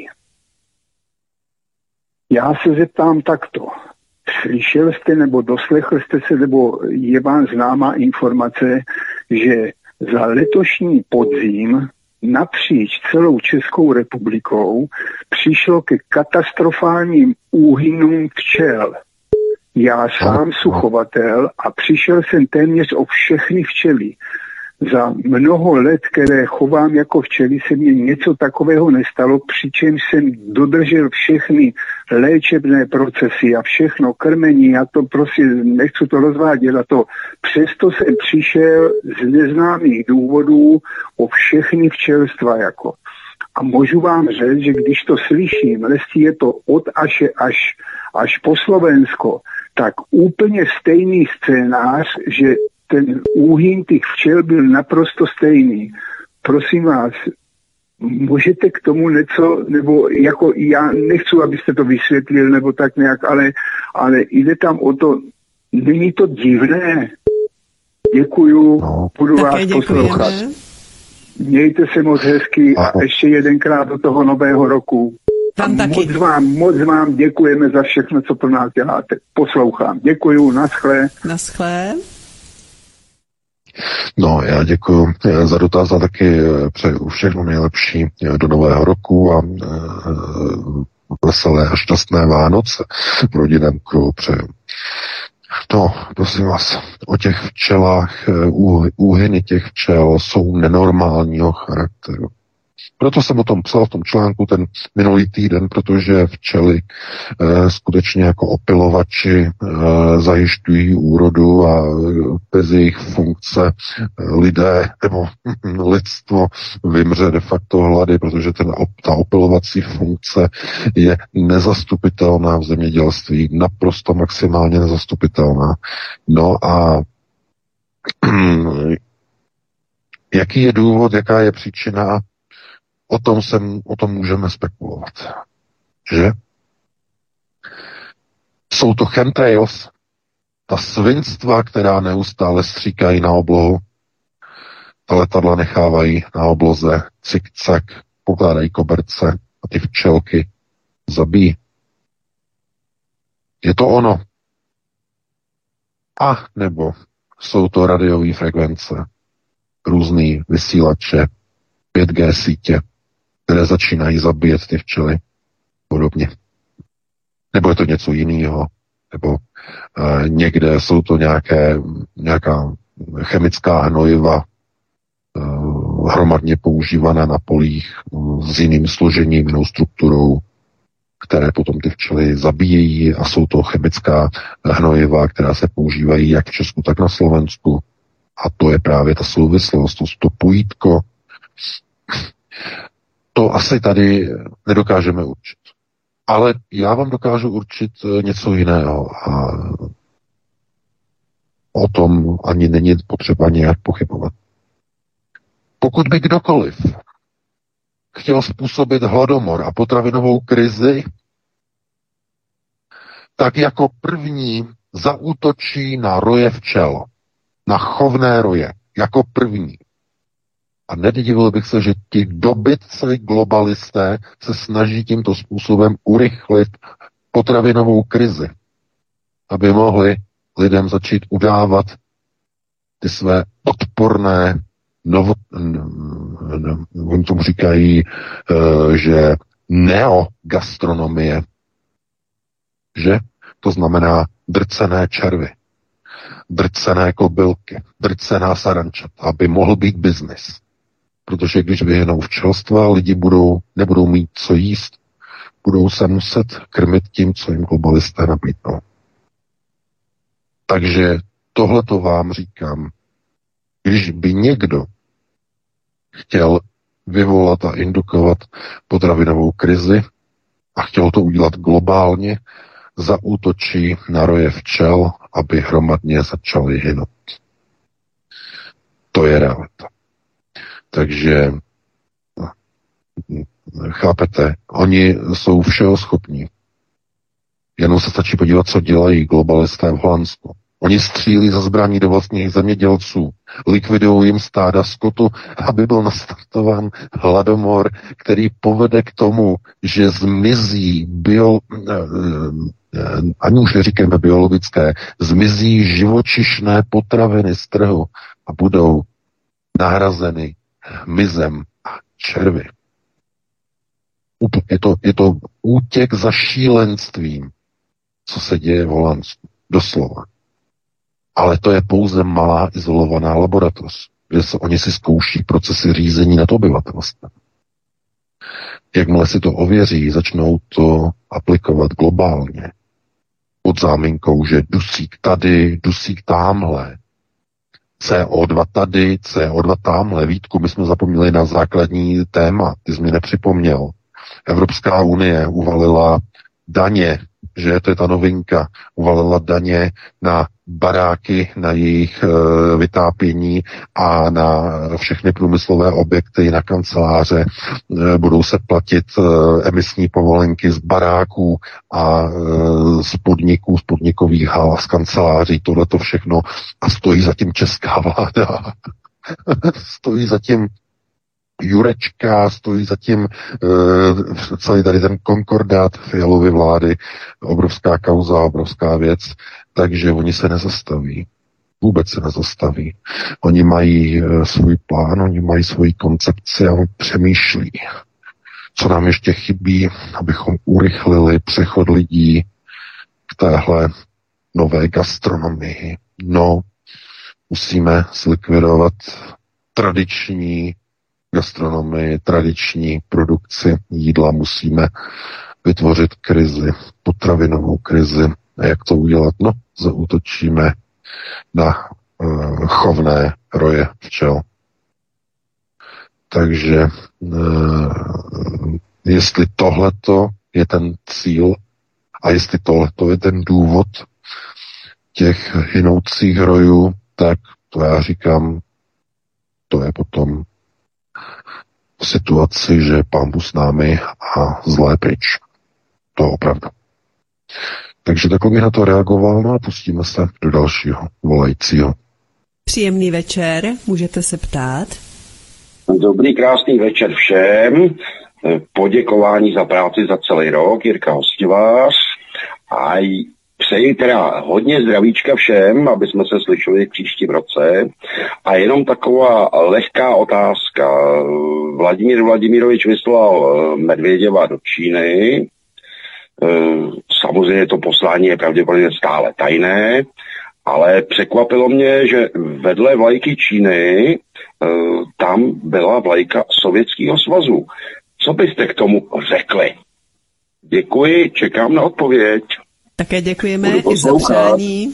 Já se zeptám takto. Slyšel jste nebo doslechl jste se, nebo je vám známá informace, že za letošní podzim napříč celou Českou republikou přišlo ke katastrofálním úhynům včel. Já sám suchovatel a přišel jsem téměř o všechny včely. Za mnoho let, které chovám jako včely, se mně něco takového nestalo, přičemž jsem dodržel všechny léčebné procesy a všechno krmení, já to prostě nechci to rozvádět a to. Přesto jsem přišel z neznámých důvodů o všechny včelstva jako. A můžu vám říct, že když to slyším, jestli je to od Aše až, až po Slovensko, tak úplně stejný scénář, že ten úhyn těch včel byl naprosto stejný. Prosím vás, můžete k tomu něco, nebo jako já nechci, abyste to vysvětlil, nebo tak nějak, ale, ale jde tam o to, není to divné? Děkuju, no. Budu Také vás poslouchat. Mějte se moc hezky a ještě jedenkrát do toho nového roku. Tam taky. Moc vám, moc vám děkujeme za všechno, co pro nás děláte. Poslouchám. Děkuju, naschle. Naschle. No, já děkuji za dotaz a taky přeju všechno nejlepší do nového roku a veselé a šťastné Vánoce v rodinném kruhu přeju. No, prosím vás, o těch včelách, úhyny těch včel jsou nenormálního charakteru. Proto jsem o tom psal v tom článku ten minulý týden, protože včely e, skutečně jako opilovači e, zajišťují úrodu a bez jejich funkce e, lidé nebo lidstvo vymře de facto hlady, protože ten, ta opilovací funkce je nezastupitelná v zemědělství, naprosto maximálně nezastupitelná. No a jaký je důvod, jaká je příčina? O tom, sem, o tom můžeme spekulovat. Že? Jsou to chemtrails, ta svinstva, která neustále stříkají na oblohu, ta letadla nechávají na obloze cikcak, pokládají koberce a ty včelky zabíjí. Je to ono. A nebo jsou to radiové frekvence, různý vysílače, pět G sítě, které začínají zabíjet ty včely podobně. Nebo je to něco jiného, nebo e, někde jsou to nějaké, nějaká chemická hnojiva, e, hromadně používaná na polích e, s jiným složením, jinou strukturou, které potom ty včely zabíjejí a jsou to chemická hnojiva, která se používají jak v Česku, tak na Slovensku. A to je právě ta souvislost, to, to pojítko. To asi tady nedokážeme určit. Ale já vám dokážu určit něco jiného a o tom ani není potřeba nějak pochybovat. Pokud by kdokoliv chtěl způsobit hladomor a potravinovou krizi, tak jako první zaútočí na roje včel, na chovné roje, jako první. A nedivil bych se, že ti dobytci globalisté se snaží tímto způsobem urychlit potravinovou krizi, aby mohli lidem začít udávat ty své odporné novo, oni tomu říkají, že neogastronomie, že to znamená drcené červy, drcené kobylky, drcená sarančata, aby mohl být biznis. Protože když vyhnou včelstva, lidi budou, nebudou mít co jíst, budou se muset krmit tím, co jim globalisté nabídnou. Takže tohleto vám říkám, když by někdo chtěl vyvolat a indukovat potravinovou krizi a chtěl to udělat globálně, zaútočí na roje včel, aby hromadně začaly hynout. To je realita. Takže chápete, oni jsou všeho schopní. Jenom se stačí podívat, co dělají globalisté v Holandsku. Oni střílí za zbraní do vlastních zemědělců, likvidují jim stáda skotu, aby byl nastartován hladomor, který povede k tomu, že zmizí bio, ani už neříkáme biologické, zmizí živočišné potraviny z trhu a budou nahrazeny hmyzem a červy. Je to, je to útěk za šílenstvím, co se děje v Holandsku. Doslova. Ale to je pouze malá izolovaná laboratoř, kde se oni si zkouší procesy řízení nad obyvatelstvem. Jakmile si to ověří, začnou to aplikovat globálně. Pod záminkou, že dusík tady, dusík támhle, C O dva tady, C O dva támhle. Vítku, my jsme zapomněli na základní téma, ty jsi mi nepřipomněl. Evropská unie uvalila daně, že to je ta novinka, uvalila daně na baráky, na jejich e, vytápění a na všechny průmyslové objekty, na kanceláře. E, budou se platit e, emisní povolenky z baráků a e, z podniků, z podnikových hal a z kanceláří. Tohle to všechno a stojí zatím česká vláda. Stojí zatím Jurečka, stojí zatím e, celý tady ten konkordát Fialovy vlády, obrovská kauza, obrovská věc, takže oni se nezastaví. Vůbec se nezastaví. Oni mají e, svůj plán, oni mají svoji koncepci a oni přemýšlí, co nám ještě chybí, abychom urychlili přechod lidí k téhle nové gastronomii. No, musíme zlikvidovat tradiční gastronomii, tradiční produkci jídla, musíme vytvořit krizi, potravinovou krizi. A jak to udělat? No, zaútočíme na uh, chovné roje včel. Takže uh, jestli tohleto je ten cíl a jestli tohleto je ten důvod těch hynoucích rojů, tak to já říkám, to je potom v situaci, že Pán Bůh s námi a zlé pryč. To opravdu. Takže takhle bych na to reagoval, no a pustíme se do dalšího volajícího. Příjemný večer, můžete se ptát. Dobrý, krásný večer všem. Poděkování za práci za celý rok, Jirka Hostivář. A přeji teda hodně zdravíčka všem, aby jsme se slyšeli v příštím roce. A jenom taková lehká otázka. Vladimír Vladimirovič vyslal Medvěděva do Číny. Samozřejmě to poslání je pravděpodobně stále tajné, ale překvapilo mě, že vedle vlajky Číny tam byla vlajka Sovětského svazu. Co byste k tomu řekli? Děkuji, čekám na odpověď. Také děkujeme i za přání.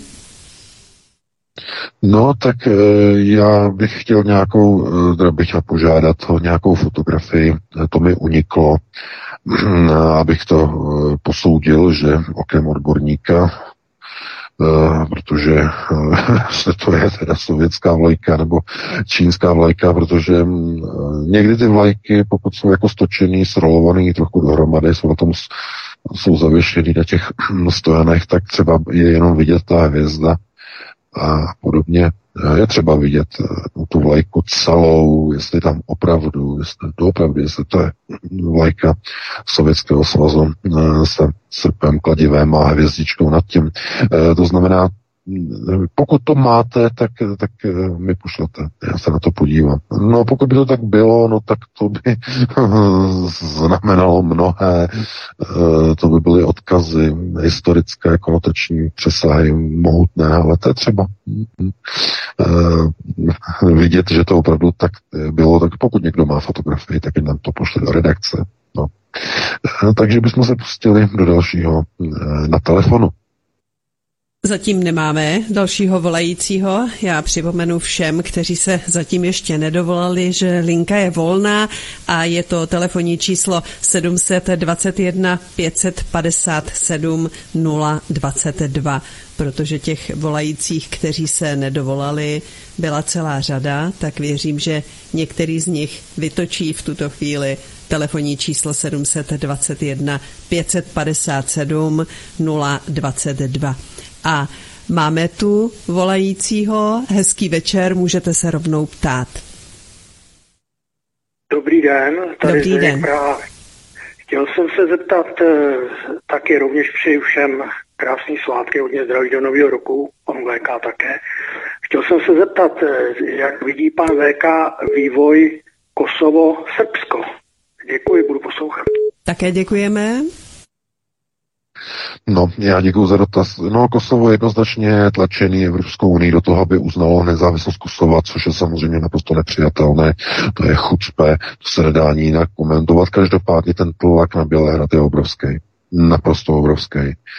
No, tak já bych chtěl nějakou, teda bych chtěl požádat o nějakou fotografii, to mi uniklo, abych to posoudil, že okem odborníka, protože se to je teda sovětská vlajka nebo čínská vlajka, protože někdy ty vlajky, pokud jsou jako stočený, srolovaný trochu dohromady, jsou na tom jsou zavěšený na těch stojanech, tak třeba je jenom vidět ta hvězda a podobně. Je třeba vidět tu vlajku celou, jestli tam opravdu, jestli to opravdu, jestli to je vlajka Sovětského svazu se srpem, kladivem a hvězdičkou nad tím. To znamená, pokud to máte, tak, tak mi pošlete. Já se na to podívám. No pokud by to tak bylo, no tak to by znamenalo mnohé. To by byly odkazy, historické, konotační přesahy, mohutné, ale to je třeba vidět, že to opravdu tak bylo. Tak pokud někdo má fotografii, tak nám to pošle do redakce. No. Takže bychom se pustili do dalšího na telefonu. Zatím nemáme dalšího volajícího. Já připomenu všem, kteří se zatím ještě nedovolali, že linka je volná a je to telefonní číslo sedm dva jedna pět padesát sedm nula dvacet dva, protože těch volajících, kteří se nedovolali, byla celá řada, tak věřím, že některý z nich vytočí v tuto chvíli telefonní číslo sedm dva jedna pět padesát sedm nula dvacet dva. A máme tu volajícího. Hezký večer, můžete se rovnou ptát. Dobrý den, tady Dobrý den. Praha. Chtěl jsem se zeptat, taky rovněž přeji všem krásný svátky, hodně zdraví do nového roku, pan V K také. Chtěl jsem se zeptat, jak vidí pan V K vývoj Kosovo-Srbsko. Děkuji, budu poslouchat. Také děkujeme. No, já děkuji za dotaz. No, Kosovo jednoznačně tlačený Evropskou unii do toho, aby uznalo nezávislost Kosova, což je samozřejmě naprosto nepřijatelné. To je chucpe, to se nedá ani jinak komentovat. Každopádně ten tlak na Bělehrad je obrovský. Naprosto obrovský.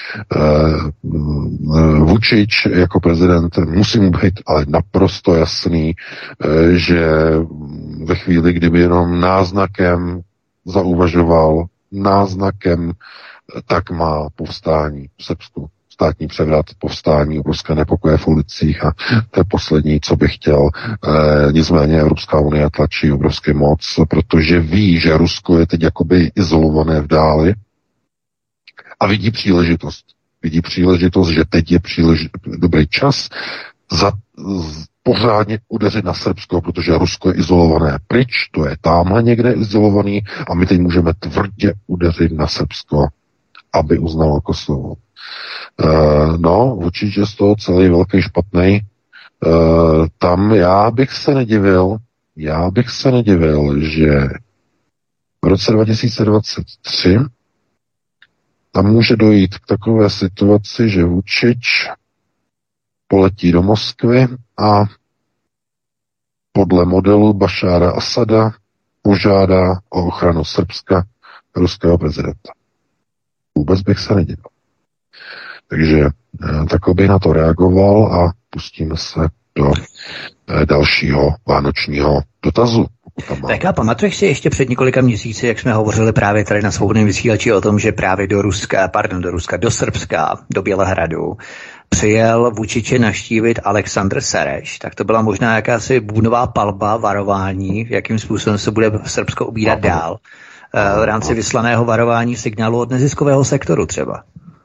Uh, Vučić jako prezident musí mu být ale naprosto jasný, uh, že ve chvíli, kdyby jenom náznakem zauvažoval, náznakem, tak má povstání v Srbsku. Státní převrat, povstání, obrovské nepokoje v ulicích a to je poslední, co bych chtěl. E, nicméně Evropská unie tlačí obrovské moc, protože ví, že Rusko je teď jakoby izolované v dáli a vidí příležitost. Vidí příležitost, že teď je přílež... dobrý čas za pořádně udeřit na Srbsko, protože Rusko je izolované pryč, to je tamhle někde izolovaný a my teď můžeme tvrdě udeřit na Srbsko, aby uznalo Kosovo. Uh, no, Vučić je z toho celý velký špatnej. Uh, tam já bych se nedivil, já bych se nedivil, že v roce dva tisíce dvacet tři tam může dojít k takové situaci, že Vučić poletí do Moskvy a podle modelu Bašára Asada požádá o ochranu Srbska ruského prezidenta. Vůbec bych se nedivil. Takže tak bych na to reagoval a pustíme se do dalšího vánočního dotazu. Tak a pamatuješ si ještě před několika měsíci, jak jsme hovořili právě tady na Svobodném vysílači o tom, že právě do Ruska, pardon, do Ruska, do Srbska, do Bělehradu přijel Vučiće navštívit Aleksandr Sereš, tak to byla možná jakási bubnová palba, varování, jakým způsobem se bude Srbsko ubírat dál v rámci vyslaného varování signálu od neziskového sektoru třeba.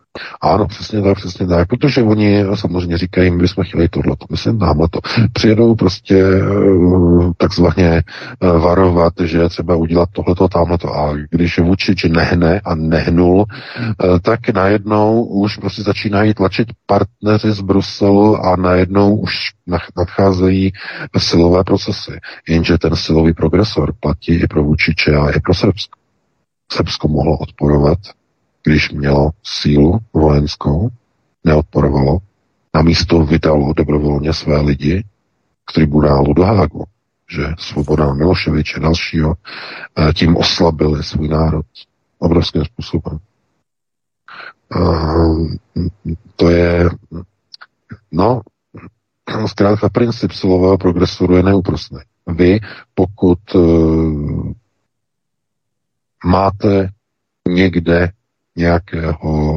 Ano, přesně tak, přesně tak, protože oni samozřejmě říkají, my bychom chtěli tohleto, myslím tamhleto. Přijedou prostě takzvaně varovat, že třeba udělat tohleto, tamhleto. A když Vučić nehne a nehnul, tak najednou už prostě začínají tlačit partneři z Bruselu a najednou už nadcházejí silové procesy. Jenže ten silový progresor platí i pro Vučiće a i pro Srbsko. Srbsko mohlo odporovat, když mělo sílu vojenskou, neodporovalo, namísto vydalo dobrovolně své lidi k tribunálu do Hágu, že Svoboda Miloševič a dalšího tím oslabili svůj národ obrovským způsobem. To je, no, zkrátka princip silového progresoru je neúprosný. Vy, pokud máte někde nějakého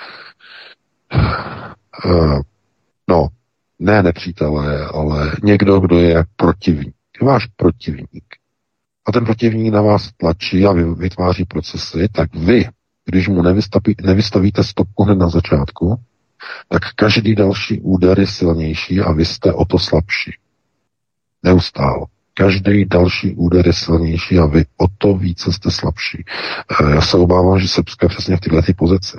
uh, no, ne nepřítele, ale někdo, kdo je protivník. Váš protivník. A ten protivník na vás tlačí a vytváří procesy, tak vy, když mu nevystaví, nevystavíte stopku hned na začátku, tak každý další úder je silnější a vy jste o to slabší. Neustále. Každý další úder je silnější a vy o to více jste slabší. Já se obávám, že Srbsko je přesně v této pozici.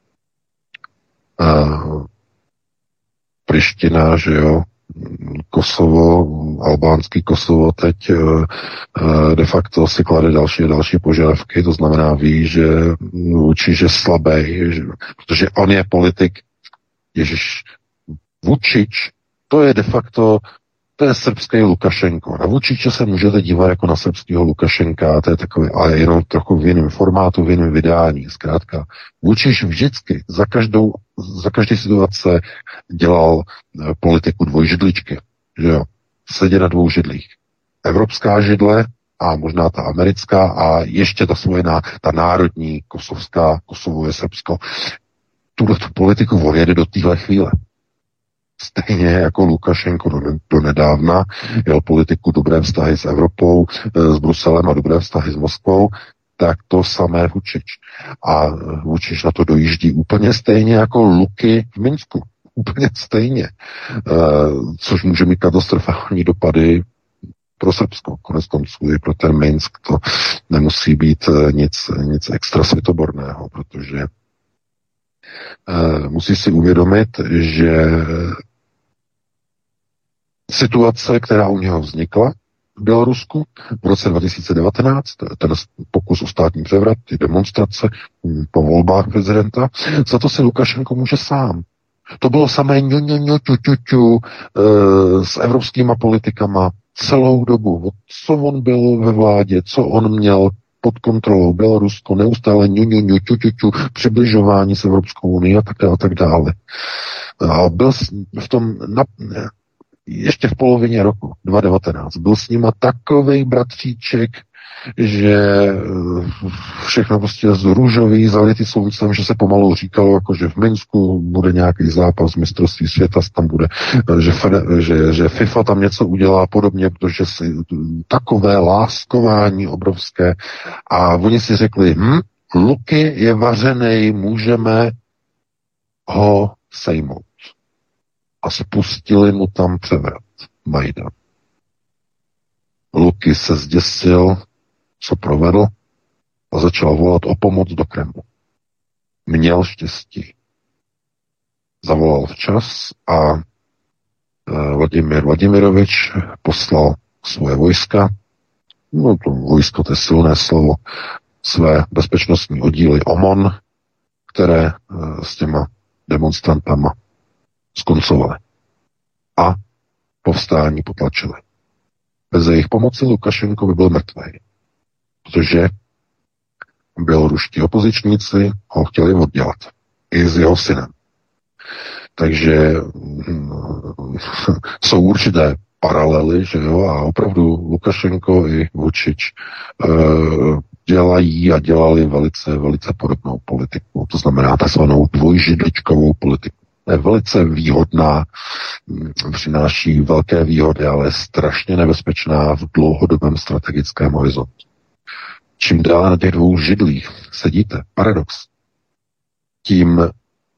Priština, že jo, Kosovo, albánský Kosovo teď de facto si klade další a další požadavky, to znamená ví, že Vučić je slabý, protože on je politik, Ježiš, Vučić, to je de facto to je srbský Lukašenko. Na Vučiće se můžete dívat jako na srbského Lukašenka, to je takový, ale jenom trochu v jiném formátu, v jiném vydání. Zkrátka, Vučić vždycky za každou, za každý situace dělal politiku dvojžidličky. Že jo? Sedě na dvou židlích. Evropská židle a možná ta americká a ještě ta svoje, ta národní kosovská, Kosovo je Srbsko. Tuhle tu politiku on jede do téhle chvíle. Stejně jako Lukašenko do, do nedávna jel politiku dobré vztahy s Evropou, s Bruselem a dobré vztahy s Moskvou, tak to samé Vučić. A Vučić na to dojíždí úplně stejně jako Luky v Minsku. Úplně stejně. Což může mít katastrofální dopady pro Srbsko. Konec konců i pro ten Minsk to nemusí být nic, nic extra světoborného, protože musí si uvědomit, že situace, která u něho vznikla v Bělorusku v roce dva tisíce devatenáct, ten pokus o státní převrat, ty demonstrace po volbách prezidenta, za to si Lukašenko může sám. To bylo samé ňu, ňu, ňu, ťu, ťu, ťu, e, s evropskýma politikama celou dobu. Co on byl ve vládě, co on měl pod kontrolou Bělorusko, neustále ňu, ňu, ňu, ťu, ťu, ťu, přibližování s Evropskou unii a tak dále, a tak dále. A byl v tom, na, ještě v polovině roku dva tisíce devatenáct, byl s nima takovej bratříček, že všechno prostě z růžový, zalitý sluncem, že se pomalu říkalo, jako že v Minsku bude nějaký zápas mistrovství světa, tam bude, že, že, že FIFA tam něco udělá podobně, protože si takové láskování obrovské a oni si řekli, hm, Luky je vařenej, můžeme ho sejmout. A spustili mu tam převrat Majdan. Luky se zděsil, co provedl a začal volat o pomoc do Kremlu. Měl štěstí. Zavolal včas a Vladimír Vladimirovič poslal svoje vojska, no to vojsko, to je silné slovo, své bezpečnostní oddíly O M O N, které s těma demonstrantama skoncovaly. A povstání potlačili. Bez jejich pomoci Lukašenko by byl mrtvý. Protože běloruští opozičníci ho chtěli oddělat. I s jeho synem. Takže jsou určité paralely, že jo, a opravdu Lukašenko i Vučić uh, dělají a dělali velice, velice podobnou politiku. To znamená takzvanou dvojžidličkovou politiku. Je velice výhodná, přináší velké výhody, ale je strašně nebezpečná v dlouhodobém strategickém horizontu. Čím dále na těch dvou židlích sedíte, paradox, tím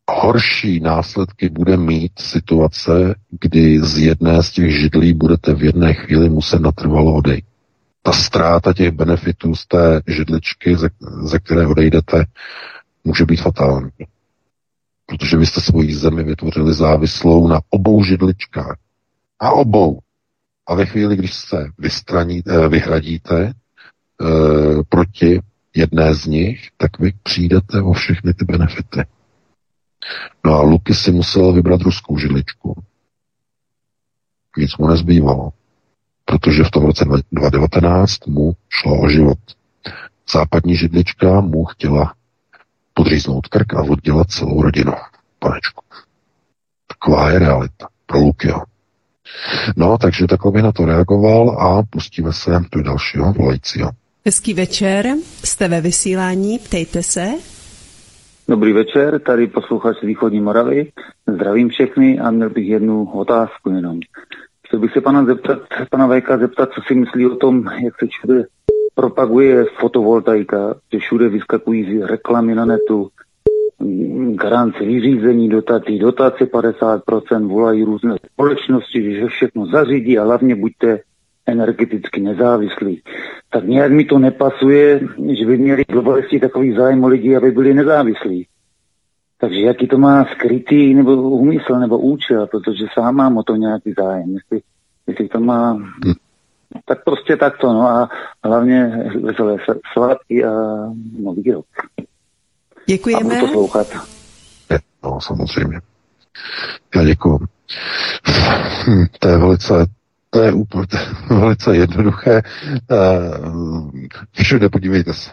horší následky bude mít situace, kdy z jedné z těch židlí budete v jedné chvíli muset natrvalo odejít. Ta ztráta těch benefitů z té židličky, ze, ze které odejdete, může být fatální. Protože vy jste svoji zemi vytvořili závislou na obou židličkách. A obou. A ve chvíli, když se vystraní, vyhradíte e, proti jedné z nich, tak vy přijdete o všechny ty benefity. No a Luky si musel vybrat ruskou židličku. Nic mu nezbývalo. Protože v tom roce dva tisíce devatenáct mu šlo o život. Západní židlička mu chtěla podříznout krk a oddělat celou rodinu. Panečku. Taková je realita pro Lukyho. No, takže takhle bych na to reagoval a pustíme se do dalšího volajícího. Hezký večer, jste ve vysílání, ptejte se. Dobrý večer, tady posluchač z východní Moravy. Zdravím všechny a měl bych jednu otázku jenom. Chtěl bych se pana zeptat, pana V K zeptat, co si myslí o tom, jak se všude propaguje fotovoltaika, že všude vyskakují reklamy na netu, garance vyřízení dotací, dotace padesát procent, volají různé společnosti, že všechno zařídí a hlavně buďte energeticky nezávislí. Tak nějak mi to nepasuje, že by měli globalisti takový zájem o lidi, aby byli nezávislí. Takže jaký to má skrytý nebo úmysl nebo účel, protože sám mám o to nějaký zájem. Jestli, jestli to má... Tak prostě takto, no a hlavně veselé svátky a nový rok. Děkujeme. A budu poslouchat. No, samozřejmě. Já děkuju. To je velice, to je úplně to je velice jednoduché. Všude podívejte se.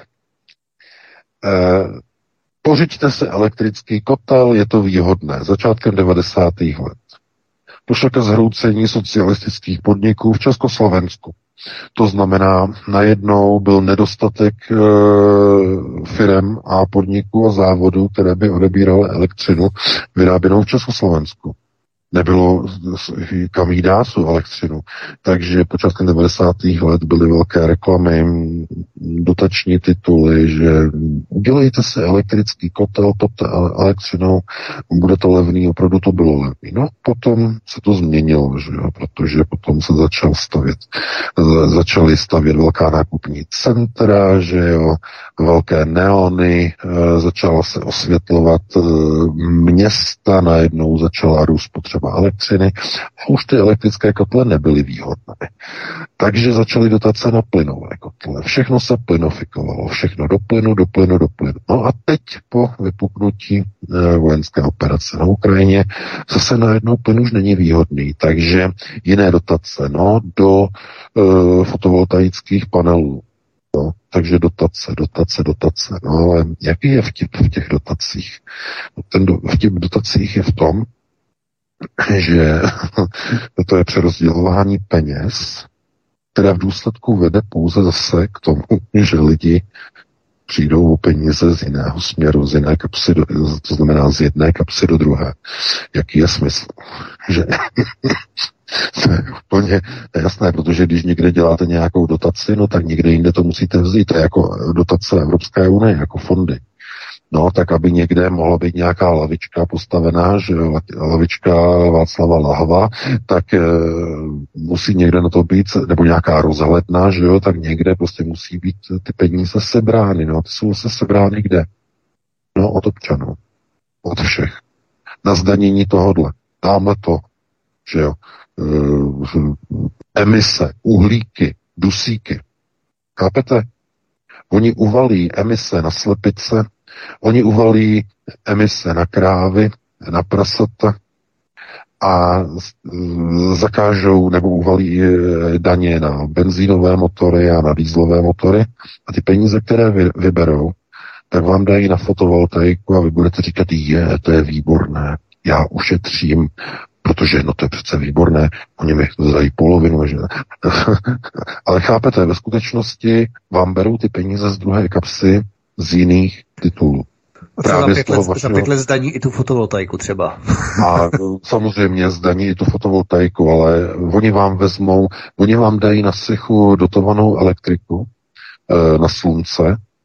Pořiďte se elektrický kotel, je to výhodné. Začátkem devadesátých let. Došlo ke zhroucení socialistických podniků v Československu. To znamená, najednou byl nedostatek e, firem a podniků a závodů, které by odebíraly elektřinu vyráběnou v Československu. Nebylo kam jí dát tu elektřinu. Takže počátkem devadesátých let byly velké reklamy, dotační tituly, že udělejte si elektrický kotel, topte elektřinou, bude to levný, opravdu to bylo levný. No, potom se to změnilo, že jo, protože potom se začal stavět, začaly stavět velká nákupní centra, že jo, velké neony, začala se osvětlovat města, najednou začala růst potřeba elektřiny a už ty elektrické kotle nebyly výhodné. Takže začaly dotace na plynové kotle. Všechno se plynofikovalo, všechno do plynu, do plynu, do plynu. No a teď po vypuknutí e, vojenské operace na Ukrajině zase najednou plyn už není výhodný, takže jiné dotace, no, do e, fotovoltaických panelů. No, takže dotace, dotace, dotace. No ale jaký je vtip v těch dotacích? Ten do, vtip v dotacích je v tom, že to je přerozdělování peněz, které v důsledku vede pouze zase k tomu, že lidi přijdou o peníze z jiného směru, z jiné kapsy, do, to znamená z jedné kapsy do druhé. Jaký je smysl? Že to je úplně jasné, protože když někde děláte nějakou dotaci, no tak někde jinde to musíte vzít. To je jako dotace Evropské unie, jako fondy. No, tak aby někde mohla být nějaká lavička postavená, že lavička Václava Lahva, tak e, musí někde na to být, nebo nějaká rozhledna, že jo, tak někde prostě musí být ty peníze sebrány. No, ty jsou se sebrány kde? No, od občanů. Od všech. Na zdanění tohodle. Dáme to, že jo. E, emise, uhlíky, dusíky. Chápete? Oni uvalí emise na slepice, oni uvalí emise na krávy, na prasata a zakážou nebo uvalí daně na benzínové motory a na dieselové motory a ty peníze, které vy, vyberou, tak vám dají na fotovoltaiku a vy budete říkat, je, to je výborné, já ušetřím, protože no to je přece výborné, oni mi dají polovinu, že? Ale chápete, ve skutečnosti vám berou ty peníze z druhé kapsy z jiných titulů. Za pět, let, vašeho... za pět let zdaní i tu fotovoltaiku třeba. A samozřejmě zdaní i tu fotovoltaiku, ale oni vám vezmou, oni vám dají na sichu dotovanou elektriku e, na slunce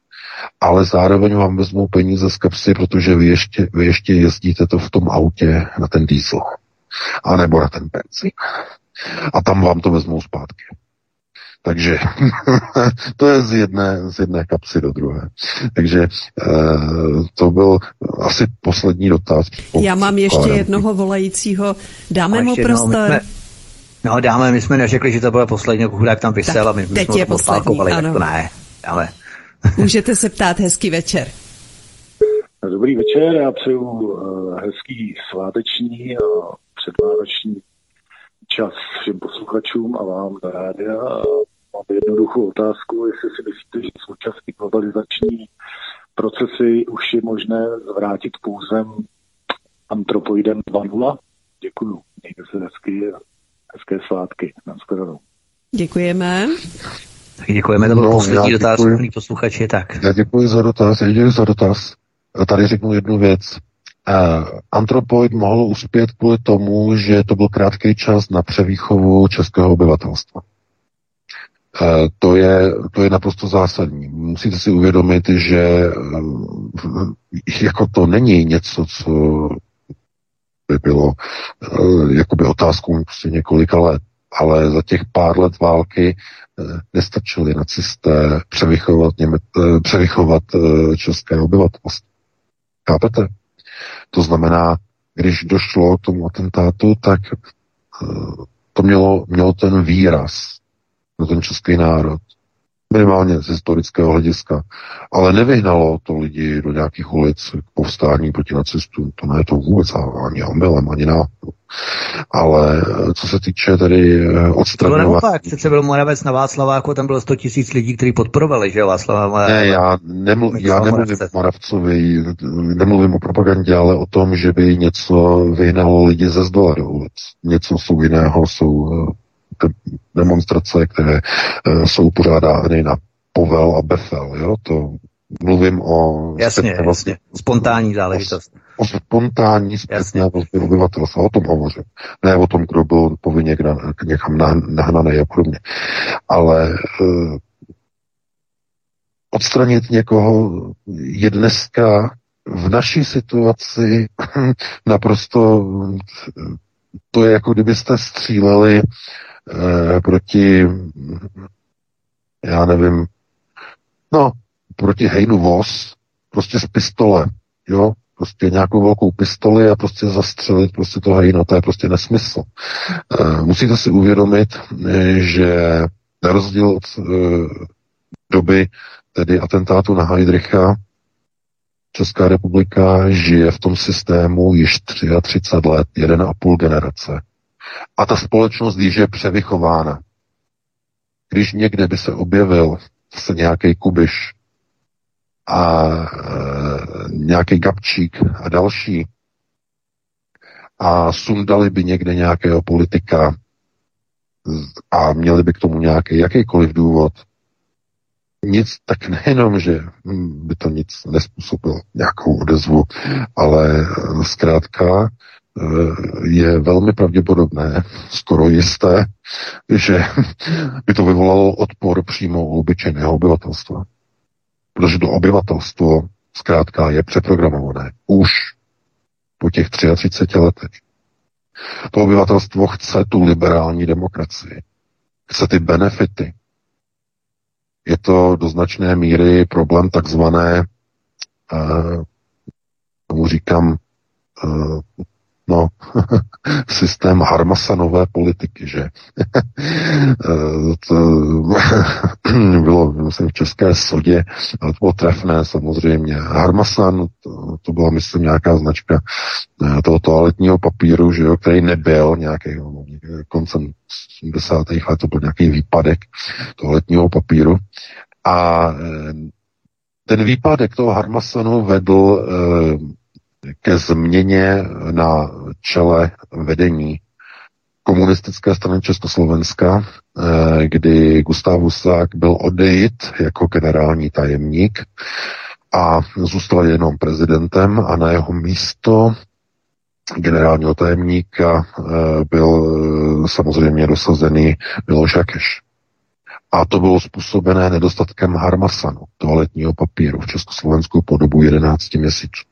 ale zároveň vám vezmou peníze z kapsy, protože vy ještě, vy ještě jezdíte to v tom autě na ten diesel, anebo na ten benzín. A tam vám to vezmou zpátky. Takže to je z jedné, z jedné kapsy do druhé. Takže e, to byl asi poslední dotaz. Já mám ještě jednoho volajícího. Dáme mu prostor? Jsme, no dáme, my jsme neřekli, že to bylo poslední, chudák tam vysel a my, my jsme je to odpálkovali, tak to ne. Ale... Můžete se ptát, hezký večer. Dobrý večer, já přeju uh, hezký sváteční a předvánoční čas všem posluchačům a vám na rádia. Mám jednoduchou otázku, jestli si myslíte, že současné globalizační procesy už je možné zvrátit půzem antropoidem dva tečka nula. Děkuju. Mějte se hezky a hezké svátky. Nashledanou. Děkujeme. Tak děkujeme, to byl no, poslední dotaz, milí posluchači, tak. Já děkuji za dotaz, já děkuji za dotaz. Tady řeknu jednu věc. Uh, antropoid mohl uspět kvůli tomu, že to byl krátký čas na převýchovu českého obyvatelstva. Uh, to, je, to je naprosto zásadní. Musíte si uvědomit, že uh, jako to není něco, co by bylo uh, jakoby otázkou prostě několika let, ale za těch pár let války uh, nestačili nacisté převychovat, něme, uh, převychovat uh, české obyvatelstvo. Chápete? To znamená, když došlo k tomu atentátu, tak uh, to mělo, mělo ten výraz pro ten český národ. Minimálně z historického hlediska. Ale nevyhnalo to lidi do nějakých ulic k povstání proti nacistům. To ne, to vůbec ani omylem, ani náhodou. Ale co se týče tady odstraňování... To bylo naopak, přece byl Moravec na Václaváku, tam bylo sto tisíc lidí, kteří podporovali, že jo, Václava. Ne, já, nemluv, já nemluvím o Moravcovi, nemluvím o propagandě, ale o tom, že by něco vyhnalo lidi ze zdola do ulic. Něco jsou jiného, jsou demonstrace, které uh, jsou pořádány na povel a befel, jo, to mluvím o... Jasně, jasně, spontánní záležitost. O, o spontánní zpětné vazby obyvatelstva, o tom hovořím. Ne o tom, kdo byl povinně někam nahnaný a podobně. Ale uh, odstranit někoho je dneska v naší situaci naprosto... To je jako kdybyste stříleli eh, proti, já nevím, no, proti hejnu voz, prostě z pistole, jo, prostě nějakou velkou pistoli a prostě zastřelit prostě to hejno, to je prostě nesmysl. Eh, musíte si uvědomit, eh, že na rozdíl od eh, doby tedy atentátu na Heydricha, Česká republika žije v tom systému již třicet tři let, jeden a půl generace. A ta společnost již je převychována. Když někde by se objevil se nějaký Kubiš a e, nějaký Gabčík a další a sundali by někde nějakého politika a měli by k tomu nějaký jakýkoliv důvod, nic, tak nejenom, že by to nic nespůsobilo, nějakou odezvu, ale zkrátka je velmi pravděpodobné, skoro jisté, že by to vyvolalo odpor přímo u obyčejného obyvatelstva. Protože to obyvatelstvo zkrátka je přeprogramované. Už po těch třiceti třech letech. To obyvatelstvo chce tu liberální demokracii. Chce ty benefity. Je to do značné míry problém takzvané, uh, tomu říkám, uh, no, systém Harmasanové politiky, že? To bylo, myslím, v České sodě, ale to bylo trefné samozřejmě. Harmasan, to, to byla, myslím, nějaká značka toho toaletního papíru, že jo, který nebyl nějaký, no, koncem osmdesátých let, to byl nějaký výpadek toaletního papíru. A ten výpadek toho Harmasanu vedl ke změně na čele vedení komunistické strany Československa, kdy Gustav Husák byl odejit jako generální tajemník a zůstal jenom prezidentem a na jeho místo generálního tajemníka byl samozřejmě dosazený Miloš Jakeš. A to bylo způsobené nedostatkem Harmasanu, toaletního papíru v Československu po dobu jedenácti měsíců.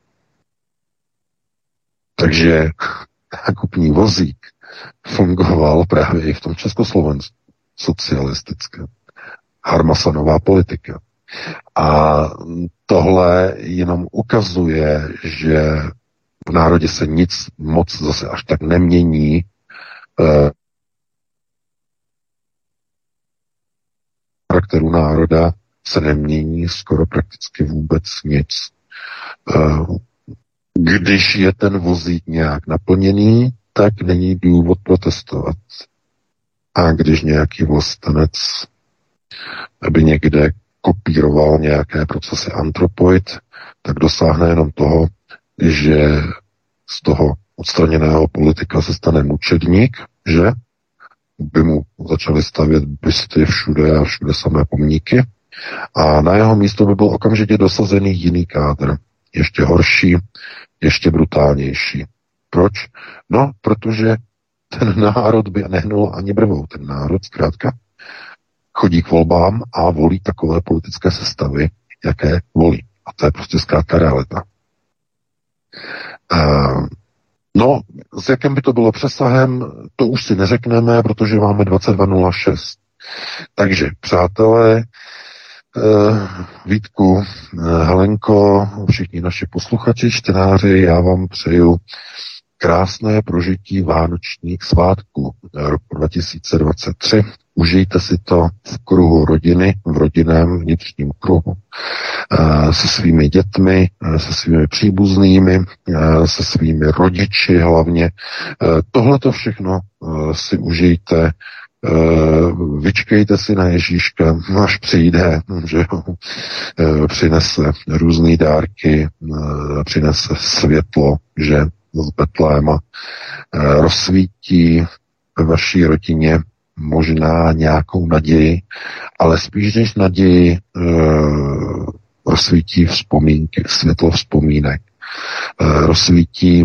Takže nákupní vozík fungoval právě i v tom Československu socialistické. Harmasanová politika. A tohle jenom ukazuje, že v národě se nic moc zase až tak nemění. Charakteru národa se nemění skoro prakticky vůbec nic. Když je ten vozík nějak naplněný, tak není důvod protestovat. A když nějaký vlastenec aby někde kopíroval nějaké procesy antropoid, tak dosáhne jenom toho, že z toho odstraněného politika se stane mučedník, že by mu začali stavět bysty všude a všude samé pomníky a na jeho místo by byl okamžitě dosazený jiný kádr, ještě horší, ještě brutálnější. Proč? No, protože ten národ by nehnul ani brvou. Ten národ zkrátka chodí k volbám a volí takové politické sestavy, jaké volí. A to je prostě zkrátka realita. Uh, no, s jakým by to bylo přesahem, to už si neřekneme, protože máme dvacet dva nula šest. Takže, přátelé, uh, Vítku, uh, Helenko, všichni naši posluchači, čtenáři, já vám přeju krásné prožití vánočních svátků roku dva tisíce dvacet tři. Užijte si to v kruhu rodiny, v rodinném vnitřním kruhu, se svými dětmi, se svými příbuznými, se svými rodiči hlavně. Tohle to všechno si užijte, vyčkejte si na Ježíška, až přijde, že přinese různé dárky, přinese světlo, že z Betléma rozsvítí ve vaší rodině možná nějakou naději, ale spíš než naději e, rozsvítí vzpomínky, světlo vzpomínek, e, rozsvítí e,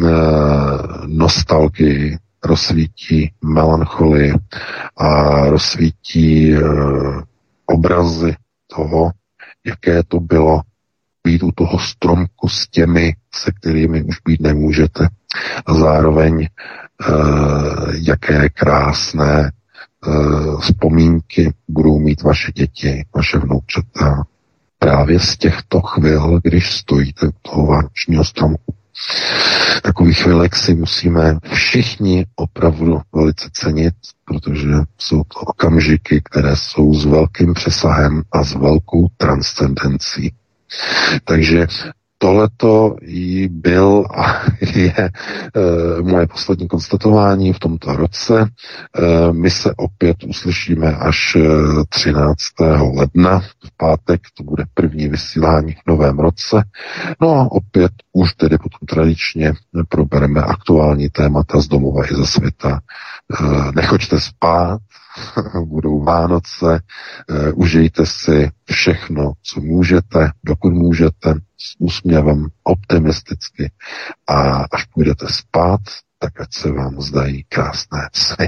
nostalgii, rozsvítí melancholii a rozsvítí e, obrazy toho, jaké to bylo být u toho stromku s těmi, se kterými už být nemůžete. A zároveň e, jaké krásné e, vzpomínky budou mít vaše děti, vaše vnoučata právě z těchto chvil, když stojíte u toho vánočního stromku. Takových chvilek si musíme všichni opravdu velice cenit, protože jsou to okamžiky, které jsou s velkým přesahem a s velkou transcendencí. Takže tohleto jí byl a je e, moje poslední konstatování v tomto roce. E, my se opět uslyšíme až třináctého ledna, v pátek, to bude první vysílání v novém roce. No a opět už tedy potom tradičně probereme aktuální témata z domova i ze světa. E, nechoďte spát, budou Vánoce, e, užijte si všechno, co můžete, dokud můžete, s úsměvem, optimisticky a až půjdete spát, tak ať se vám zdají krásné sny.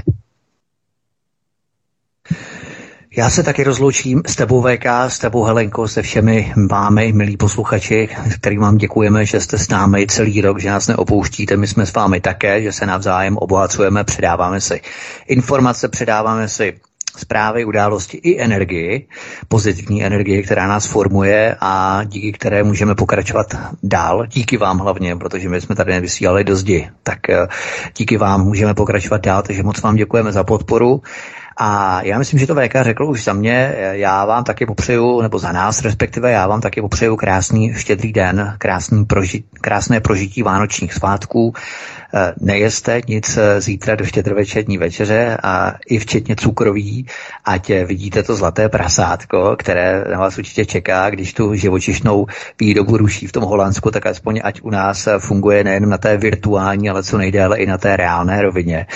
Já se taky rozloučím s tebou V K, s tebou Helenko, se všemi vámi, milí posluchači, kterým vám děkujeme, že jste s námi celý rok, že nás neopouštíte, my jsme s vámi také, že se navzájem obohacujeme, předáváme si informace, předáváme si zprávy, události i energii, pozitivní energii, která nás formuje a díky které můžeme pokračovat dál. Díky vám hlavně, protože my jsme tady nevysílali do zdi. Tak díky vám můžeme pokračovat dál, takže moc vám děkujeme za podporu. A já myslím, že to V K řekl už za mě, já vám taky popřeju, nebo za nás respektive, já vám taky popřeju krásný štědrý den, krásný proži, krásné prožití vánočních svátků. Nejeste nic zítra do štědrovečerní večeře a i včetně cukroví, ať vidíte to zlaté prasátko, které na vás určitě čeká, když tu živočišnou výrobu ruší v tom Holandsku, tak aspoň ať u nás funguje nejen na té virtuální, ale co nejdéle i na té reálné rovině.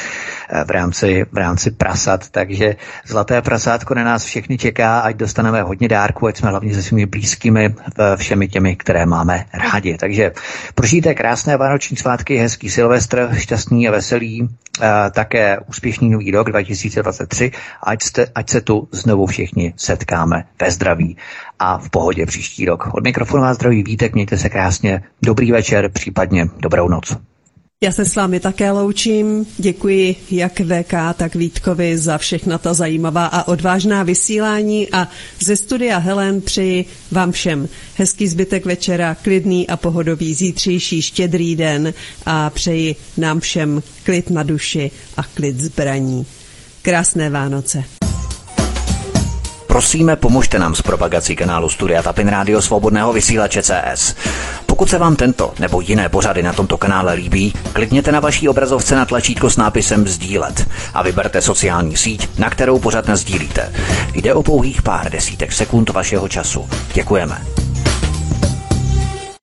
v rámci, v rámci prasat, takže zlaté prasátko na nás všechny čeká, ať dostaneme hodně dárků, ať jsme hlavně se svými blízkými, všemi těmi, které máme rádi. Takže prožijte krásné vánoční svátky, hezký Silvestr, šťastný a veselý, a také úspěšný nový rok dva tisíce dvacet tři, ať, jste, ať se tu znovu všichni setkáme ve zdraví a v pohodě příští rok. Od mikrofonu vás zdraví Vítek, mějte se krásně, dobrý večer, případně dobrou noc. Já se s vámi také loučím. Děkuji jak V K, tak Vítkovi za všechna ta zajímavá a odvážná vysílání a ze studia Helen přeji vám všem hezký zbytek večera, klidný a pohodový zítřejší štědrý den a přeji nám všem klid na duši a klid zbraní. Krásné Vánoce. Prosíme, pomožte nám s propagací kanálu Studia Tapin Rádio Svobodného vysílače C S. Pokud se vám tento nebo jiné pořady na tomto kanále líbí, klikněte na vaší obrazovce na tlačítko s nápisem sdílet a vyberte sociální síť, na kterou pořad nasdílíte. Jde o pouhých pár desítek sekund vašeho času. Děkujeme.